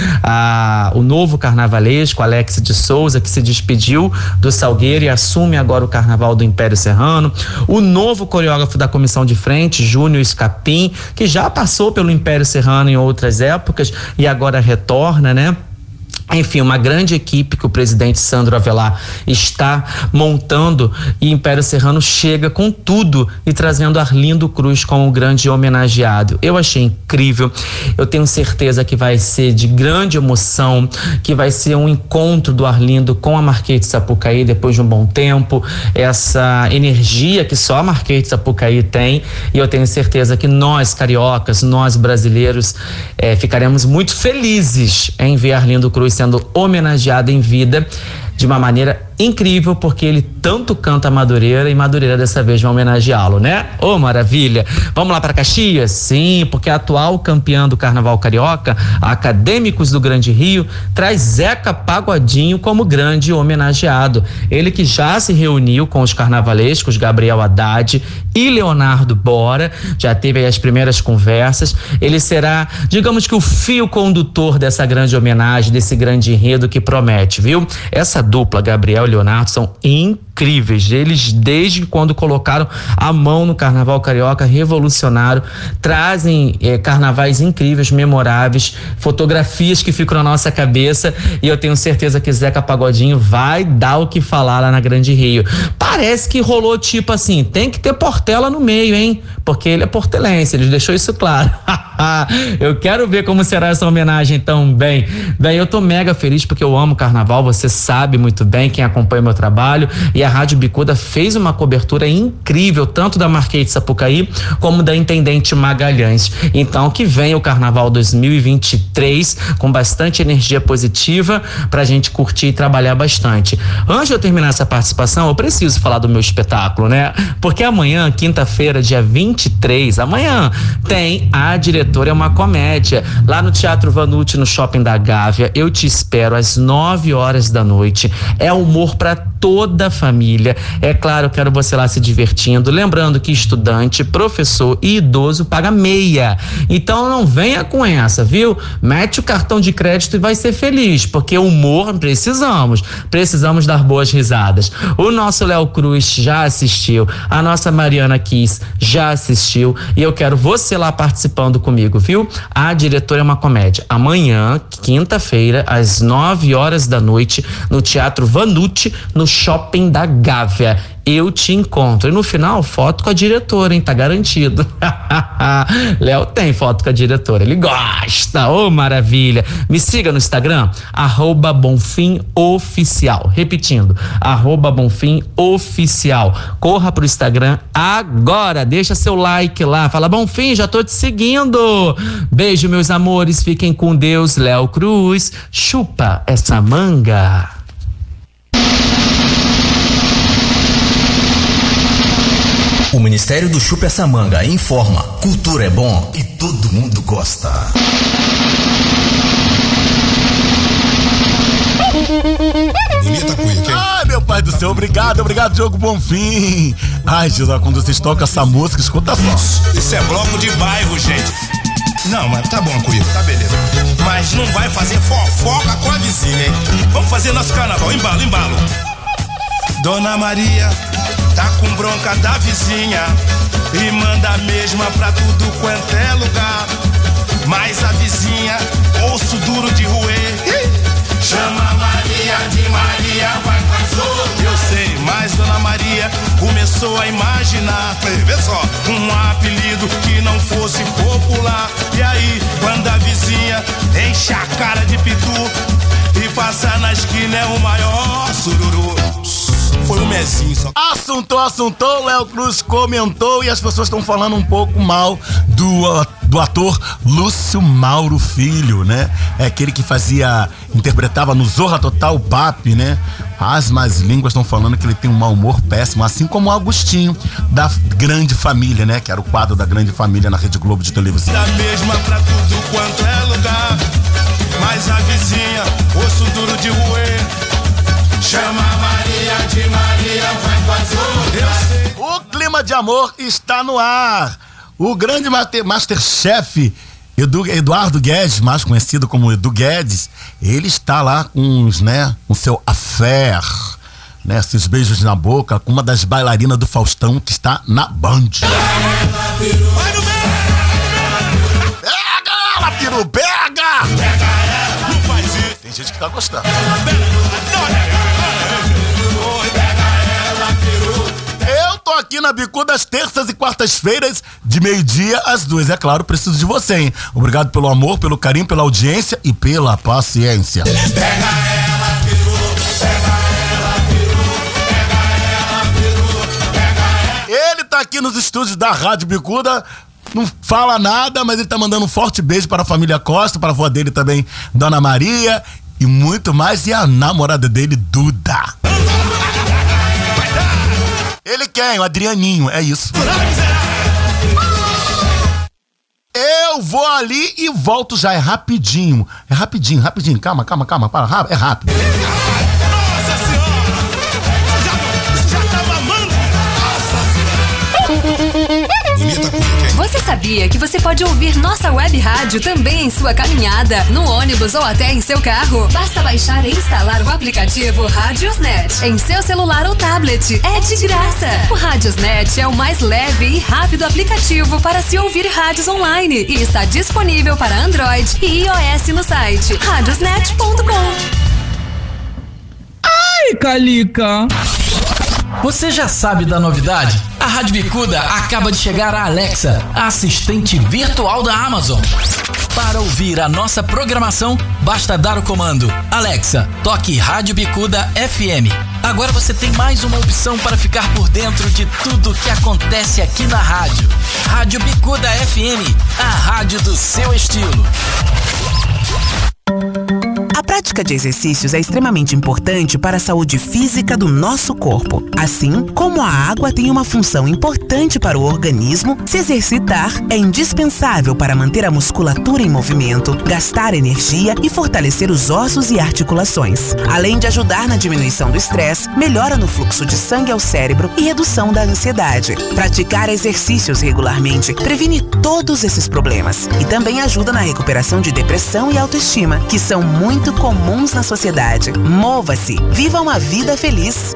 o novo carnavalesco, Alex de Souza, que se despediu do Salgueiro e assume agora o carnaval do Império Serrano. O novo coreógrafo da comissão de frente, Júnior Escapim, que já passou pelo Império Serrano em outras épocas e agora retorna, né? Enfim, uma grande equipe que o presidente Sandro Avelar está montando, e Império Serrano chega com tudo e trazendo Arlindo Cruz como grande homenageado. Eu achei incrível, eu tenho certeza que vai ser de grande emoção, que vai ser um encontro do Arlindo com a Marquês de Sapucaí depois de um bom tempo, essa energia que só a Marquês de Sapucaí tem, e eu tenho certeza que nós cariocas, nós brasileiros, ficaremos muito felizes em ver Arlindo Cruz sendo homenageado em vida de uma maneira incrível, porque ele tanto canta Madureira, e Madureira dessa vez vai homenageá-lo, né? Ô, maravilha! Vamos lá para Caxias? Sim, porque a atual campeã do Carnaval Carioca, a Acadêmicos do Grande Rio, traz Zeca Pagodinho como grande homenageado. Ele que já se reuniu com os carnavalescos Gabriel Haddad e Leonardo Bora, já teve aí as primeiras conversas. Ele será, digamos que, o fio condutor dessa grande homenagem, desse grande enredo que promete, viu? Essa dupla, Gabriel e Leonardo, são incríveis. Eles, desde quando colocaram a mão no Carnaval Carioca, revolucionário, trazem carnavais incríveis, memoráveis, fotografias que ficam na nossa cabeça, e eu tenho certeza que Zeca Pagodinho vai dar o que falar lá na Grande Rio. Parece que rolou tipo assim, tem que ter Portela no meio, hein? Porque ele é portelense, ele deixou isso claro. Eu quero ver como será essa homenagem também. Bem, eu tô mega feliz porque eu amo carnaval, você sabe muito bem, quem acompanha o meu trabalho, e a Rádio Bicuda fez uma cobertura incrível, tanto da Marquês de Sapucaí como da Intendente Magalhães. Então que venha o Carnaval 2023 com bastante energia positiva pra gente curtir e trabalhar bastante. Antes de eu terminar essa participação, eu preciso falar do meu espetáculo, né? Porque amanhã, quinta-feira, dia 23, amanhã tem A Diretora é uma Comédia, lá no Teatro Vanucci, no Shopping da Gávea. Eu te espero às 9h da noite. É humor para toda a família. É claro, eu quero você lá se divertindo. Lembrando que estudante, professor e idoso paga meia. Então não venha com essa, viu? Mete o cartão de crédito e vai ser feliz, porque humor precisamos dar boas risadas. O nosso Léo Cruz já assistiu, a nossa Mariana Kiss já assistiu, e eu quero você lá participando comigo, viu? A Diretora é uma Comédia. Amanhã, quinta-feira, às 9h da noite, no Teatro Vanucci, no Shopping da Gávea. Eu te encontro. E no final, foto com a diretora, hein? Tá garantido. Léo tem foto com a diretora, ele gosta. Ô, maravilha. Me siga no Instagram, @bonfimoficial. Repetindo, @bonfimoficial. Corra pro Instagram agora, deixa seu like lá, fala: Bonfim, já tô te seguindo. Beijo, meus amores, fiquem com Deus. Léo Cruz, chupa essa manga. O Ministério do Chupa essa Manga informa: cultura é bom e todo mundo gosta. Ai, meu pai do céu, obrigado, Diogo Bonfim. Ai, Jesus, quando vocês tocam essa música, escuta só. Isso é bloco de bairro, gente. Não, mas tá bom, Cuico, tá beleza. Mas não vai fazer fofoca com a vizinha, hein? Vamos fazer nosso carnaval, embalo. Dona Maria tá com bronca da vizinha e manda a mesma pra tudo quanto é lugar. Mas a vizinha, osso duro de roer, chama Maria de Maria, vai passou. Eu sei, mas Dona Maria começou a imaginar, vê só, um apelido que não fosse popular. E aí, quando a vizinha enche a cara de pitu e passa na esquina, é o maior sururu. Foi um mesinho só. Assuntou, Léo Cruz comentou, e as pessoas estão falando um pouco mal do ator Lúcio Mauro Filho, né? É aquele que interpretava no Zorra Total o Papi, né? As más línguas estão falando que ele tem um mau humor péssimo, assim como o Agostinho, da Grande Família, né? Que era o quadro da Grande Família na Rede Globo de televisão. Da mesma pra tudo quanto é lugar, mas a vizinha, osso duro de roer, chama Maria de Maria, vai fazer. O clima de amor está no ar. O grande Masterchef Eduardo Guedes, mais conhecido como Edu Guedes, ele está lá com o seu affair, né? Esses beijos na boca com uma das bailarinas do Faustão que está na Band. Pega ela, peru, pega! Pega ela, não faz isso. Tem gente que tá gostando. Eu tô aqui na Bicuda às terças e quartas-feiras, de meio-dia às 2. É claro, preciso de você, hein? Obrigado pelo amor, pelo carinho, pela audiência e pela paciência. Pega ela, peru, pega ela, peru, pega ela, peru, pega ela. Ele tá aqui nos estúdios da Rádio Bicuda. Não fala nada, mas ele tá mandando um forte beijo para a família Costa, para a avó dele também, Dona Maria, e muito mais, e a namorada dele, Duda. Ele quem? O Adrianinho, é isso. Eu vou ali e volto já, é rapidinho. É rapidinho, rapidinho, calma, para, é rápido. Nossa Senhora! Já tá mamando? Você sabia que você pode ouvir nossa web rádio também em sua caminhada, no ônibus ou até em seu carro? Basta baixar e instalar o aplicativo Radiosnet em seu celular ou tablet. É de graça! O Radiosnet é o mais leve e rápido aplicativo para se ouvir rádios online e está disponível para Android e iOS no site radiosnet.com. Ai, Calica! Você já sabe da novidade? A Rádio Bicuda acaba de chegar a Alexa, a assistente virtual da Amazon. Para ouvir a nossa programação, basta dar o comando: Alexa, toque Rádio Bicuda FM. Agora você tem mais uma opção para ficar por dentro de tudo que acontece aqui na rádio. Rádio Bicuda FM, a rádio do seu estilo. A prática de exercícios é extremamente importante para a saúde física do nosso corpo. Assim como a água tem uma função importante para o organismo, se exercitar é indispensável para manter a musculatura em movimento, gastar energia e fortalecer os ossos e articulações. Além de ajudar na diminuição do estresse, melhora no fluxo de sangue ao cérebro e redução da ansiedade. Praticar exercícios regularmente previne todos esses problemas e também ajuda na recuperação de depressão e autoestima, que são muito comuns na sociedade. Mova-se, viva uma vida feliz.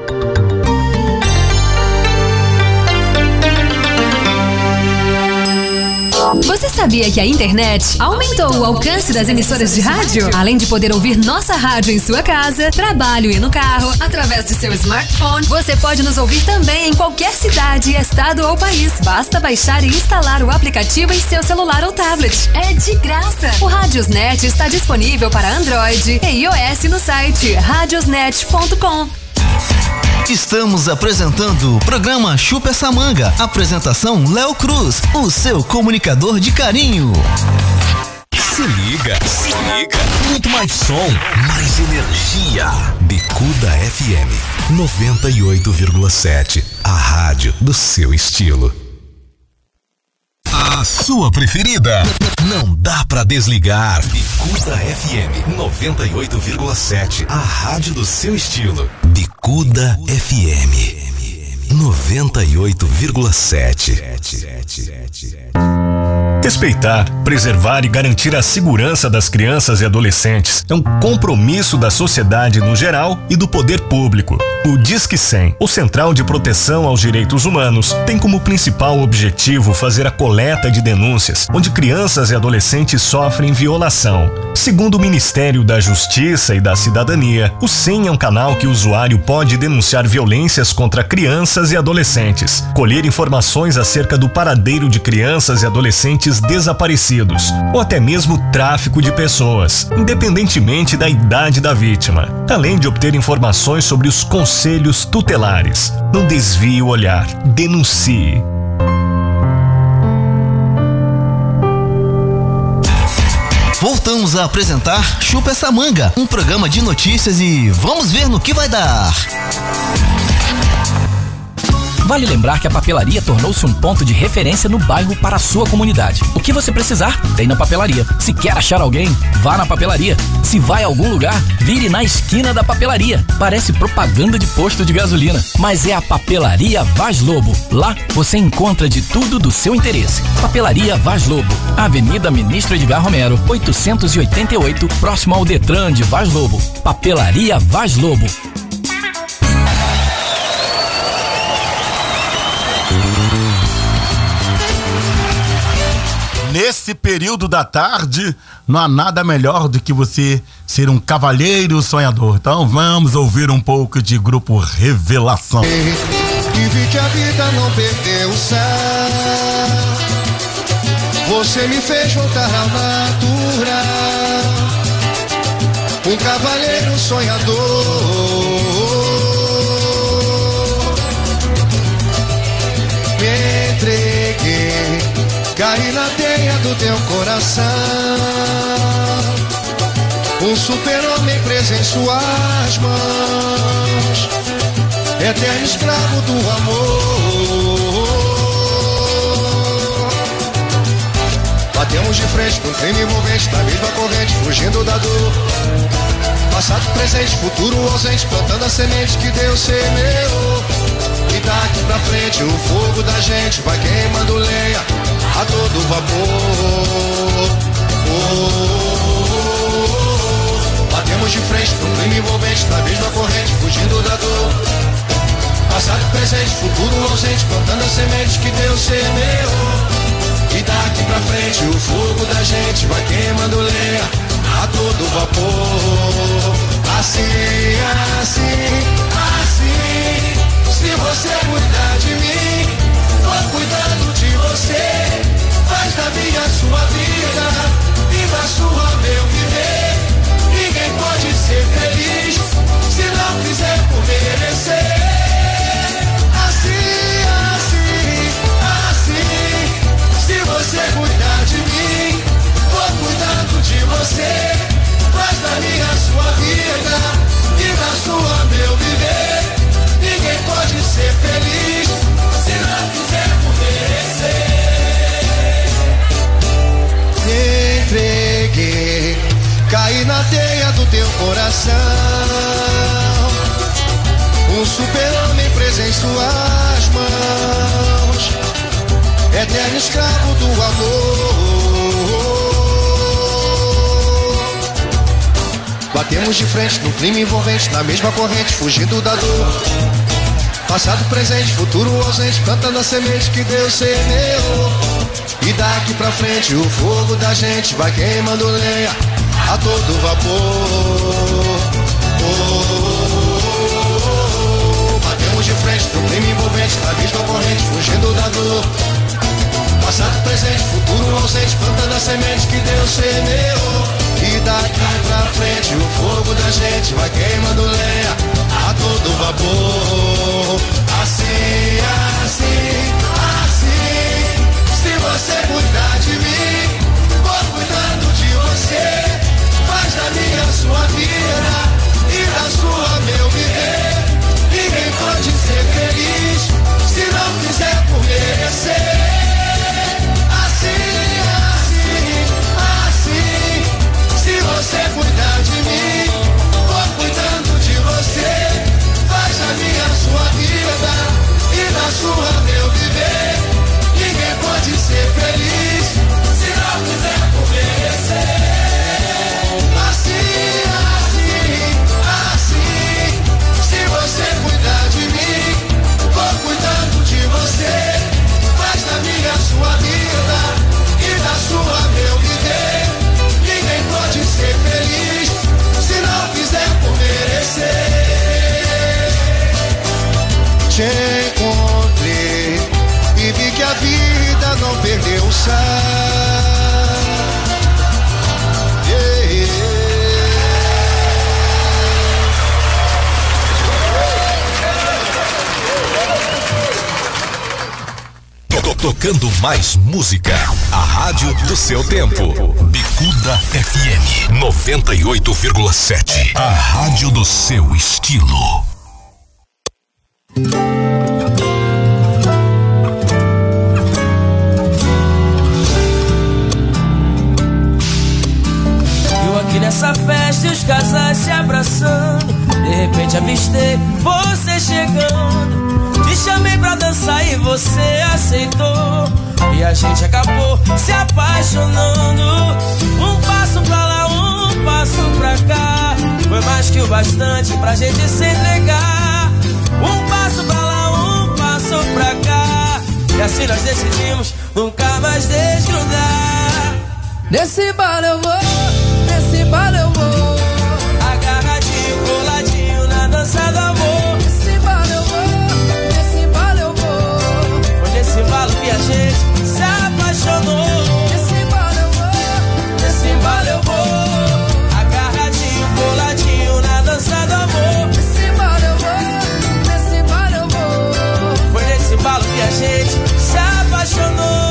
Você sabia que a internet aumentou o alcance das emissoras de rádio? Além de poder ouvir nossa rádio em sua casa, trabalho e no carro, através de seu smartphone, você pode nos ouvir também em qualquer cidade, estado ou país. Basta baixar e instalar o aplicativo em seu celular ou tablet. É de graça! O Radiosnet está disponível para Android e iOS no site radiosnet.com. Estamos apresentando o programa Chupa Essa Manga. Apresentação Léo Cruz, o seu comunicador de carinho. Se liga. Muito mais som, mais energia. Bicuda FM 98,7. A rádio do seu estilo. A sua preferida. Não dá pra desligar. Bicuda FM 98,7. A rádio do seu estilo. Bicuda FM 98,7. Respeitar, preservar e garantir a segurança das crianças e adolescentes é um compromisso da sociedade no geral e do poder público. O Disque 100, o Central de Proteção aos Direitos Humanos, tem como principal objetivo fazer a coleta de denúncias onde crianças e adolescentes sofrem violação. Segundo o Ministério da Justiça e da Cidadania, o 100 é um canal que o usuário pode denunciar violências contra crianças e adolescentes, colher informações acerca do paradeiro de crianças e adolescentes desaparecidos, ou até mesmo tráfico de pessoas, independentemente da idade da vítima, além de obter informações sobre os conselhos tutelares. Não desvie o olhar, denuncie. Voltamos a apresentar Chupa Essa Manga, um programa de notícias e vamos ver no que vai dar. Vale lembrar que a papelaria tornou-se um ponto de referência no bairro para a sua comunidade. O que você precisar, tem na papelaria. Se quer achar alguém, vá na papelaria. Se vai a algum lugar, vire na esquina da papelaria. Parece propaganda de posto de gasolina, mas é a Papelaria Vaz Lobo. Lá você encontra de tudo do seu interesse. Papelaria Vaz Lobo, Avenida Ministro Edgar Romero, 888, próximo ao Detran de Vaz Lobo. Papelaria Vaz Lobo. Nesse período da tarde, não há nada melhor do que você ser um cavalheiro sonhador. Então vamos ouvir um pouco de Grupo Revelação. E vi que a vida não perdeu o céu. Você me fez voltar ao natural. Um cavalheiro sonhador. Me entreguei, caí na teia do teu coração. Um super-homem preso em suas mãos, eterno escravo do amor. Batemos de frente com crime envolvente, na mesma corrente, fugindo da dor. Passado, presente, futuro ausente, plantando a semente que Deus semeou. E daqui pra frente o fogo da gente vai queimando lenha a todo vapor. Batemos de frente com crime envolvente, na mesma corrente, fugindo da dor. Passado, presente, futuro ausente, plantando a semente que Deus semeou. E daqui pra frente o fogo da gente vai queimando lenha a todo vapor. Assim, assim, assim. Se você cuidar de mim, vou cuidando de você. Faz da minha sua vida e da sua meu viver. Ninguém pode ser feliz se não fizer por merecer. Assim, assim, assim. Se você cuidar de mim, vou cuidando de você. Faz da minha sua vida e da sua meu viver. Ninguém pode ser feliz se não fizer por merecer. Me entreguei, caí na teia do teu coração. Um super-homem preso em suas mãos, eterno escravo do amor. Batemos de frente no clima envolvente, na mesma corrente, fugindo da dor. Passado, presente, futuro ausente, plantando a semente que Deus semeou. E daqui pra frente o fogo da gente vai queimando lenha a todo vapor. Batemos de frente no clima envolvente, na mesma corrente, fugindo da dor. Passado, presente, futuro ausente, plantando a semente que Deus semeou. E daqui pra frente o fogo da gente vai queimando lenha a todo vapor. Assim, assim, assim. Se você cuidar de mim, vou cuidando de você. Faz da minha sua vida e da sua meu viver. Ninguém pode ser feliz se não fizer por merecer. Assim, assim, assim. Se você cuidar de mim, vou cuidando de você. Faz a minha sua vida e da sua meu viver. Ninguém pode ser feliz se não fizer por merecer. Assim, assim, assim. Se você cuidar de mim, vou cuidando de você. Faz da minha sua vida e da sua meu viver. Ninguém pode ser feliz se não fizer por merecer. Te encontrei e vi que a vida não perdeu o sal. Tocando mais música. A rádio do seu tempo. Bicuda FM 98,7. A rádio do seu estilo. os casais se abraçando. De repente avistei você chegando. Te chamei pra dançar e você aceitou. E a gente acabou se apaixonando. Um passo pra lá, um passo pra cá. Foi mais que o bastante pra gente se entregar. Um passo pra lá, um passo pra cá. E assim nós decidimos nunca mais desgrudar. Nesse bar eu vou, nesse bar eu vou. Agarradinho, coladinho na dança do amor. Nesse bar eu vou, nesse bar eu vou. Foi nesse embalo que a gente se apaixonou. Nesse bar eu vou, nesse bar eu vou. Agarradinho, coladinho na dança do amor. Nesse bar eu vou, nesse bar eu vou. Foi nesse embalo que a gente se apaixonou.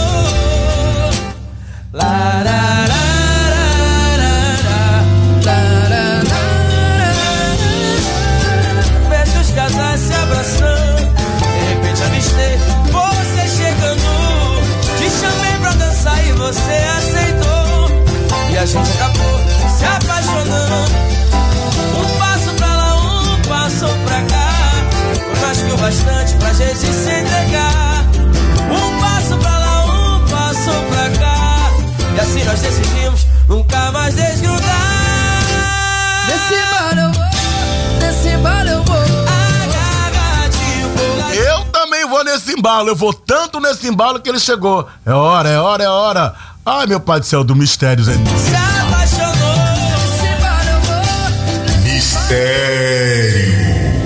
Vejo os casais se abraçando. De repente avistei você chegando. Te chamei pra dançar e você aceitou. E a gente acabou se apaixonando. Um passo pra lá, um passo pra cá. Foi mais que o bastante pra gente se entregar. Um passo pra lá, um passo pra cá. E assim nós decidimos nunca mais desgrudar. Nesse bar eu vou, nesse bar eu vou. Agarradinho, coladinho. Eu também vou nesse embalo, eu vou tanto nesse embalo que ele chegou. É hora, é hora, é hora. Ai, meu pai do céu, do Mistérios. Se apaixonou. Nesse bar eu vou. Mistério.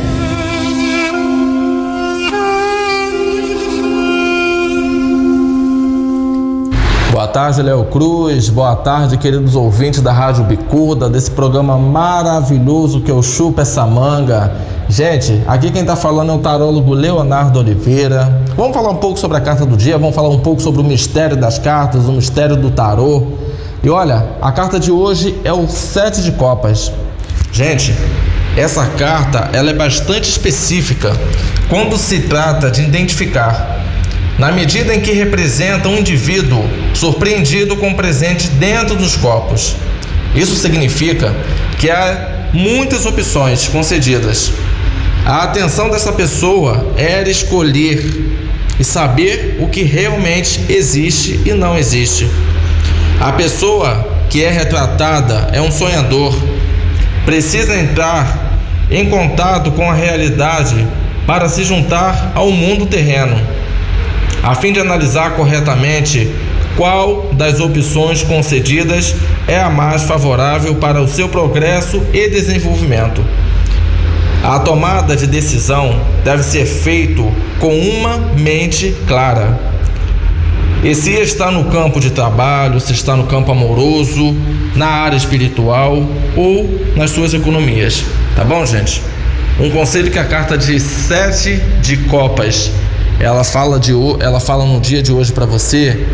Boa tarde, Léo Cruz. Boa tarde, queridos ouvintes da Rádio Bicuda, desse programa maravilhoso que eu chupo essa manga. Gente, aqui quem tá falando é o tarólogo Leonardo Oliveira. Vamos falar um pouco sobre a carta do dia, vamos falar um pouco sobre o mistério das cartas, o mistério do tarô. E olha, a carta de hoje é o 7 de copas. Gente, essa carta ela é bastante específica quando se trata de identificar, na medida em que representa um indivíduo surpreendido com um presente dentro dos copos. Isso significa que há muitas opções concedidas. A atenção dessa pessoa era escolher e saber o que realmente existe e não existe. A pessoa que é retratada é um sonhador. Precisa entrar em contato com a realidade para se juntar ao mundo terreno, a fim de analisar corretamente qual das opções concedidas é a mais favorável para o seu progresso e desenvolvimento. A tomada de decisão deve ser feita com uma mente clara. E se está no campo de trabalho, se está no campo amoroso, na área espiritual ou nas suas economias. Tá bom, gente? Um conselho que a carta de 7 de copas ela fala no dia de hoje para você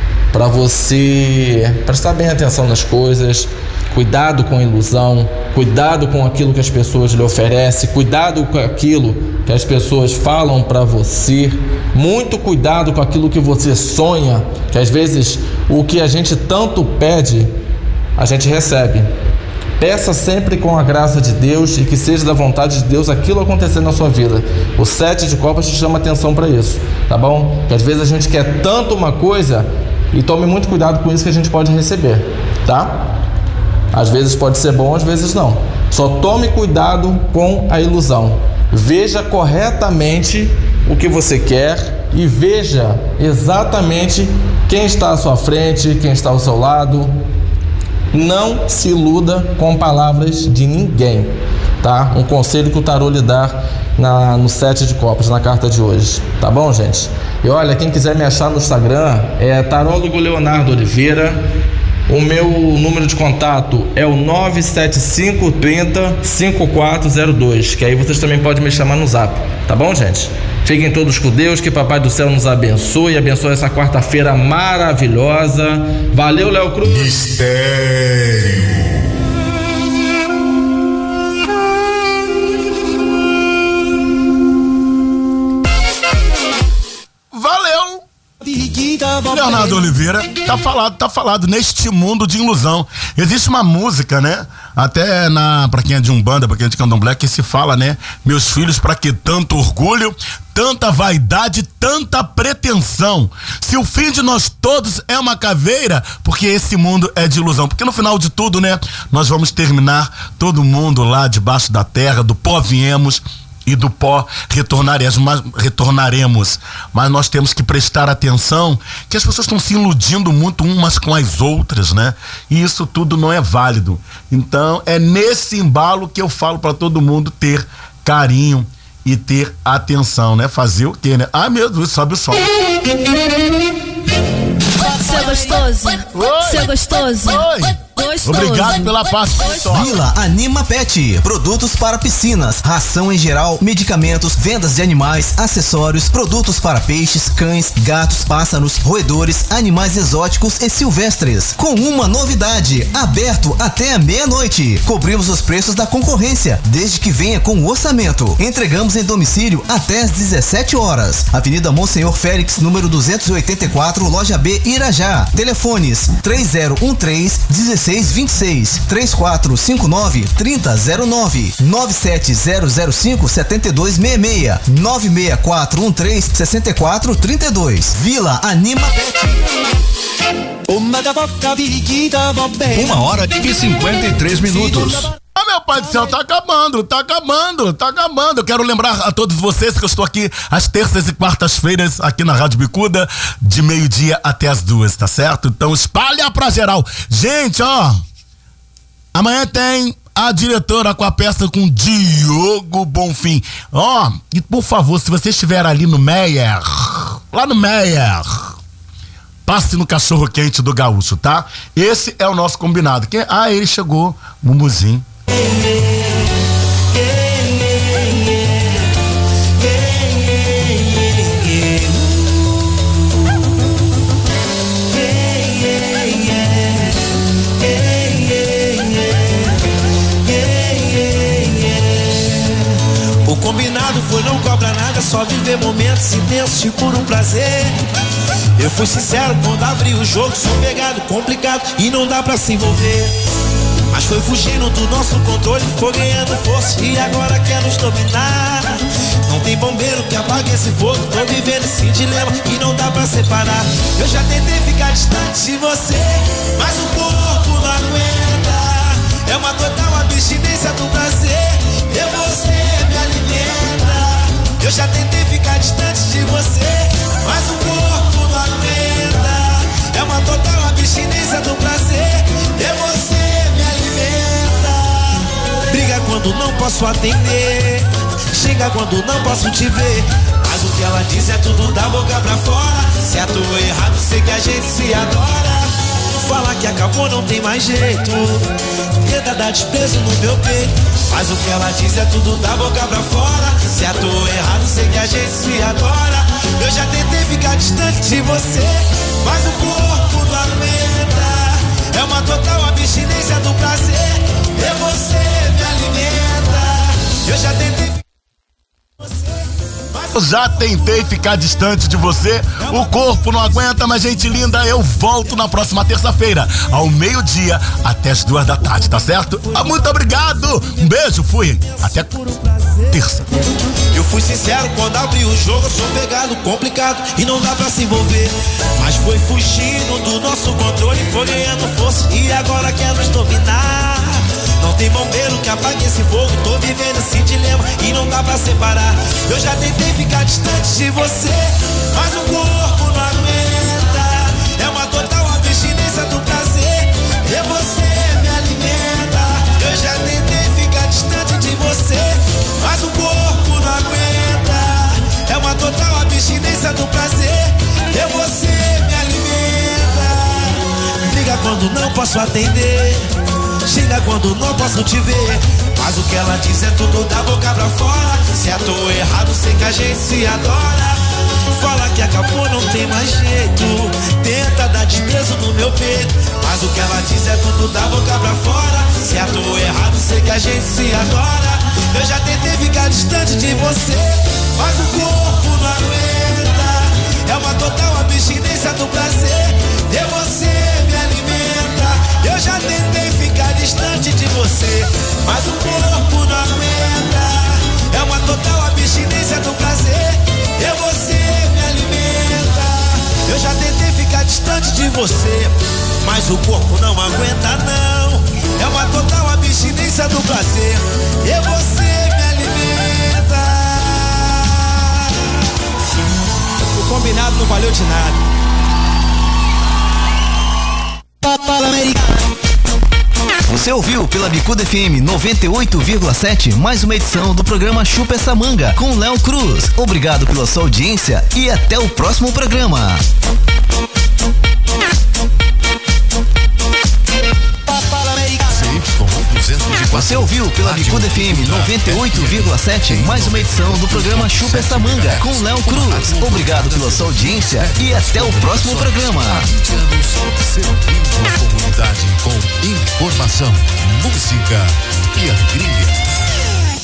prestar bem atenção nas coisas, cuidado com a ilusão, cuidado com aquilo que as pessoas lhe oferecem, cuidado com aquilo que as pessoas falam para você, muito cuidado com aquilo que você sonha, que às vezes o que a gente tanto pede, a gente recebe. Peça sempre com a graça de Deus e que seja da vontade de Deus aquilo acontecer na sua vida. O 7 de copas te chama atenção para isso, tá bom? Que às vezes a gente quer tanto uma coisa e tome muito cuidado com isso que a gente pode receber, tá? Às vezes pode ser bom, às vezes não. Só tome cuidado com a ilusão. Veja corretamente o que você quer e veja exatamente quem está à sua frente, quem está ao seu lado. Não se iluda com palavras de ninguém, tá? Um conselho que o tarô lhe dá no 7 de copas, na carta de hoje, tá bom, gente? E olha, quem quiser me achar no Instagram é tarólogo Leonardo Oliveira. O meu número de contato é o 975 30 5402, que aí vocês também podem me chamar no Zap, tá bom, gente? Fiquem todos com Deus, que Papai do Céu nos abençoe e abençoe essa quarta-feira maravilhosa. Valeu, Léo Cruz. Mistério. Valeu. Leonardo Oliveira, tá falado, neste mundo de ilusão. Existe uma música, né? Até pra quem é de Umbanda, pra quem é de Candomblé, que se fala, né? Meus filhos, pra que tanto orgulho, tanta vaidade, tanta pretensão? Se o fim de nós todos é uma caveira, porque esse mundo é de ilusão. Porque no final de tudo, né? Nós vamos terminar todo mundo lá debaixo da terra, do pó viemos e do pó retornaremos. Mas nós temos que prestar atenção que as pessoas estão se iludindo muito umas com as outras, né? E isso tudo não é válido. Então é nesse embalo que eu falo para todo mundo ter carinho e ter atenção, né? Fazer o quê, né? Ah, meu Deus, sobe o som. Seu gostoso, seu gostoso. Gostoso. Obrigado pela participação. Vila Anima Pet, produtos para piscinas, ração em geral, medicamentos, vendas de animais, acessórios, produtos para peixes, cães, gatos, pássaros, roedores, animais exóticos e silvestres. Com uma novidade, aberto até a meia-noite. Cobrimos os preços da concorrência, desde que venha com o orçamento. Entregamos em domicílio até às 17 horas. Avenida Monsenhor Félix, número 284, Loja B, Irajá. Telefones 3013-1626, 3459-3009, 97005-7266, 96413-6432. Vila Anima Pet. 1h53. Ah, meu pai do céu, tá acabando. Eu quero lembrar a todos vocês que eu estou aqui às terças e quartas-feiras aqui na Rádio Bicuda, de meio-dia até as 2, tá certo? Então espalha pra geral. Gente, ó, amanhã tem a diretora com a peça com Diogo Bonfim. Ó, e por favor, se você estiver ali no Meyer, lá no Meyer, passe no Cachorro Quente do Gaúcho, tá? Esse é o nosso combinado. Ele chegou, Mumuzinho. O combinado foi não cobrar nada, só viver momentos intensos de puro prazer. Eu fui sincero quando abri o jogo, sou pegado, complicado e não dá pra se envolver. Mas foi fugindo do nosso controle, foi ganhando força e agora quer nos dominar. Não tem bombeiro que apague esse fogo, tô vivendo esse dilema e não dá pra separar. Eu já tentei ficar distante de você, mas o corpo não aguenta. É uma total abstinência do prazer, e você me alimenta. Eu já tentei ficar distante de você, mas o corpo não aguenta. É uma total abstinência do prazer, e você me alimenta. Briga quando não posso atender, xinga quando não posso te ver. Mas o que ela diz é tudo da boca pra fora. Se atuou errado, sei que a gente se adora. Fala que acabou, não tem mais jeito, tenta dar desprezo no meu peito. Mas o que ela diz é tudo da boca pra fora. Se atuou errado, sei que a gente se adora. Eu já tentei ficar distante de você, mas o corpo não aguenta. É uma total abstinência do prazer, e você me alimenta. Eu já tentei ficar distante de você, o corpo não aguenta, mas gente linda, eu volto na próxima terça-feira, ao meio-dia até as 2 da tarde, tá certo? Muito obrigado, um beijo, fui, até terça. Eu fui sincero quando abri o jogo, sou pegado, complicado e não dá pra se envolver. Mas foi fugindo do nosso controle, foi ganhando força e agora quer nos dominar. Não tem bombeiro que apague esse fogo, tô vivendo esse dilema e não dá pra separar. Eu já tentei ficar distante de você, mas o corpo não aguenta. É uma total abstinência do prazer, e você me alimenta. Eu já tentei ficar distante de você, mas o corpo não aguenta. É uma total abstinência do prazer, e você me alimenta. Liga quando não posso atender, xinga quando não posso te ver. Mas o que ela diz é tudo da boca pra fora. Se atuou errado, sei que a gente se adora. Fala que acabou, não tem mais jeito, tenta dar desprezo no meu peito. Mas o que ela diz é tudo da boca pra fora. Se atuou errado, sei que a gente se adora. Eu já tentei ficar distante de você, mas o corpo não aguenta. É uma total abstinência do prazer, e você me alimenta. Eu já tentei ficar distante de você, mas o corpo não aguenta. É uma total abstinência do prazer. Eu você me alimenta. Eu já tentei ficar distante de você, mas o corpo não aguenta não. É uma total abstinência do prazer. Eu você me alimenta. O combinado não valeu de nada. Você ouviu pela Bicuda FM 98,7 mais uma edição do programa Chupa Essa Manga com Léo Cruz. Obrigado pela sua audiência e até o próximo programa. Você ouviu pela Bicuda FM 98,7 mais uma edição do programa Chupa Essa Manga com Léo Cruz. Obrigado pela sua audiência e até o próximo programa. Há 20 anos servindo a comunidade com informação, música e alegria.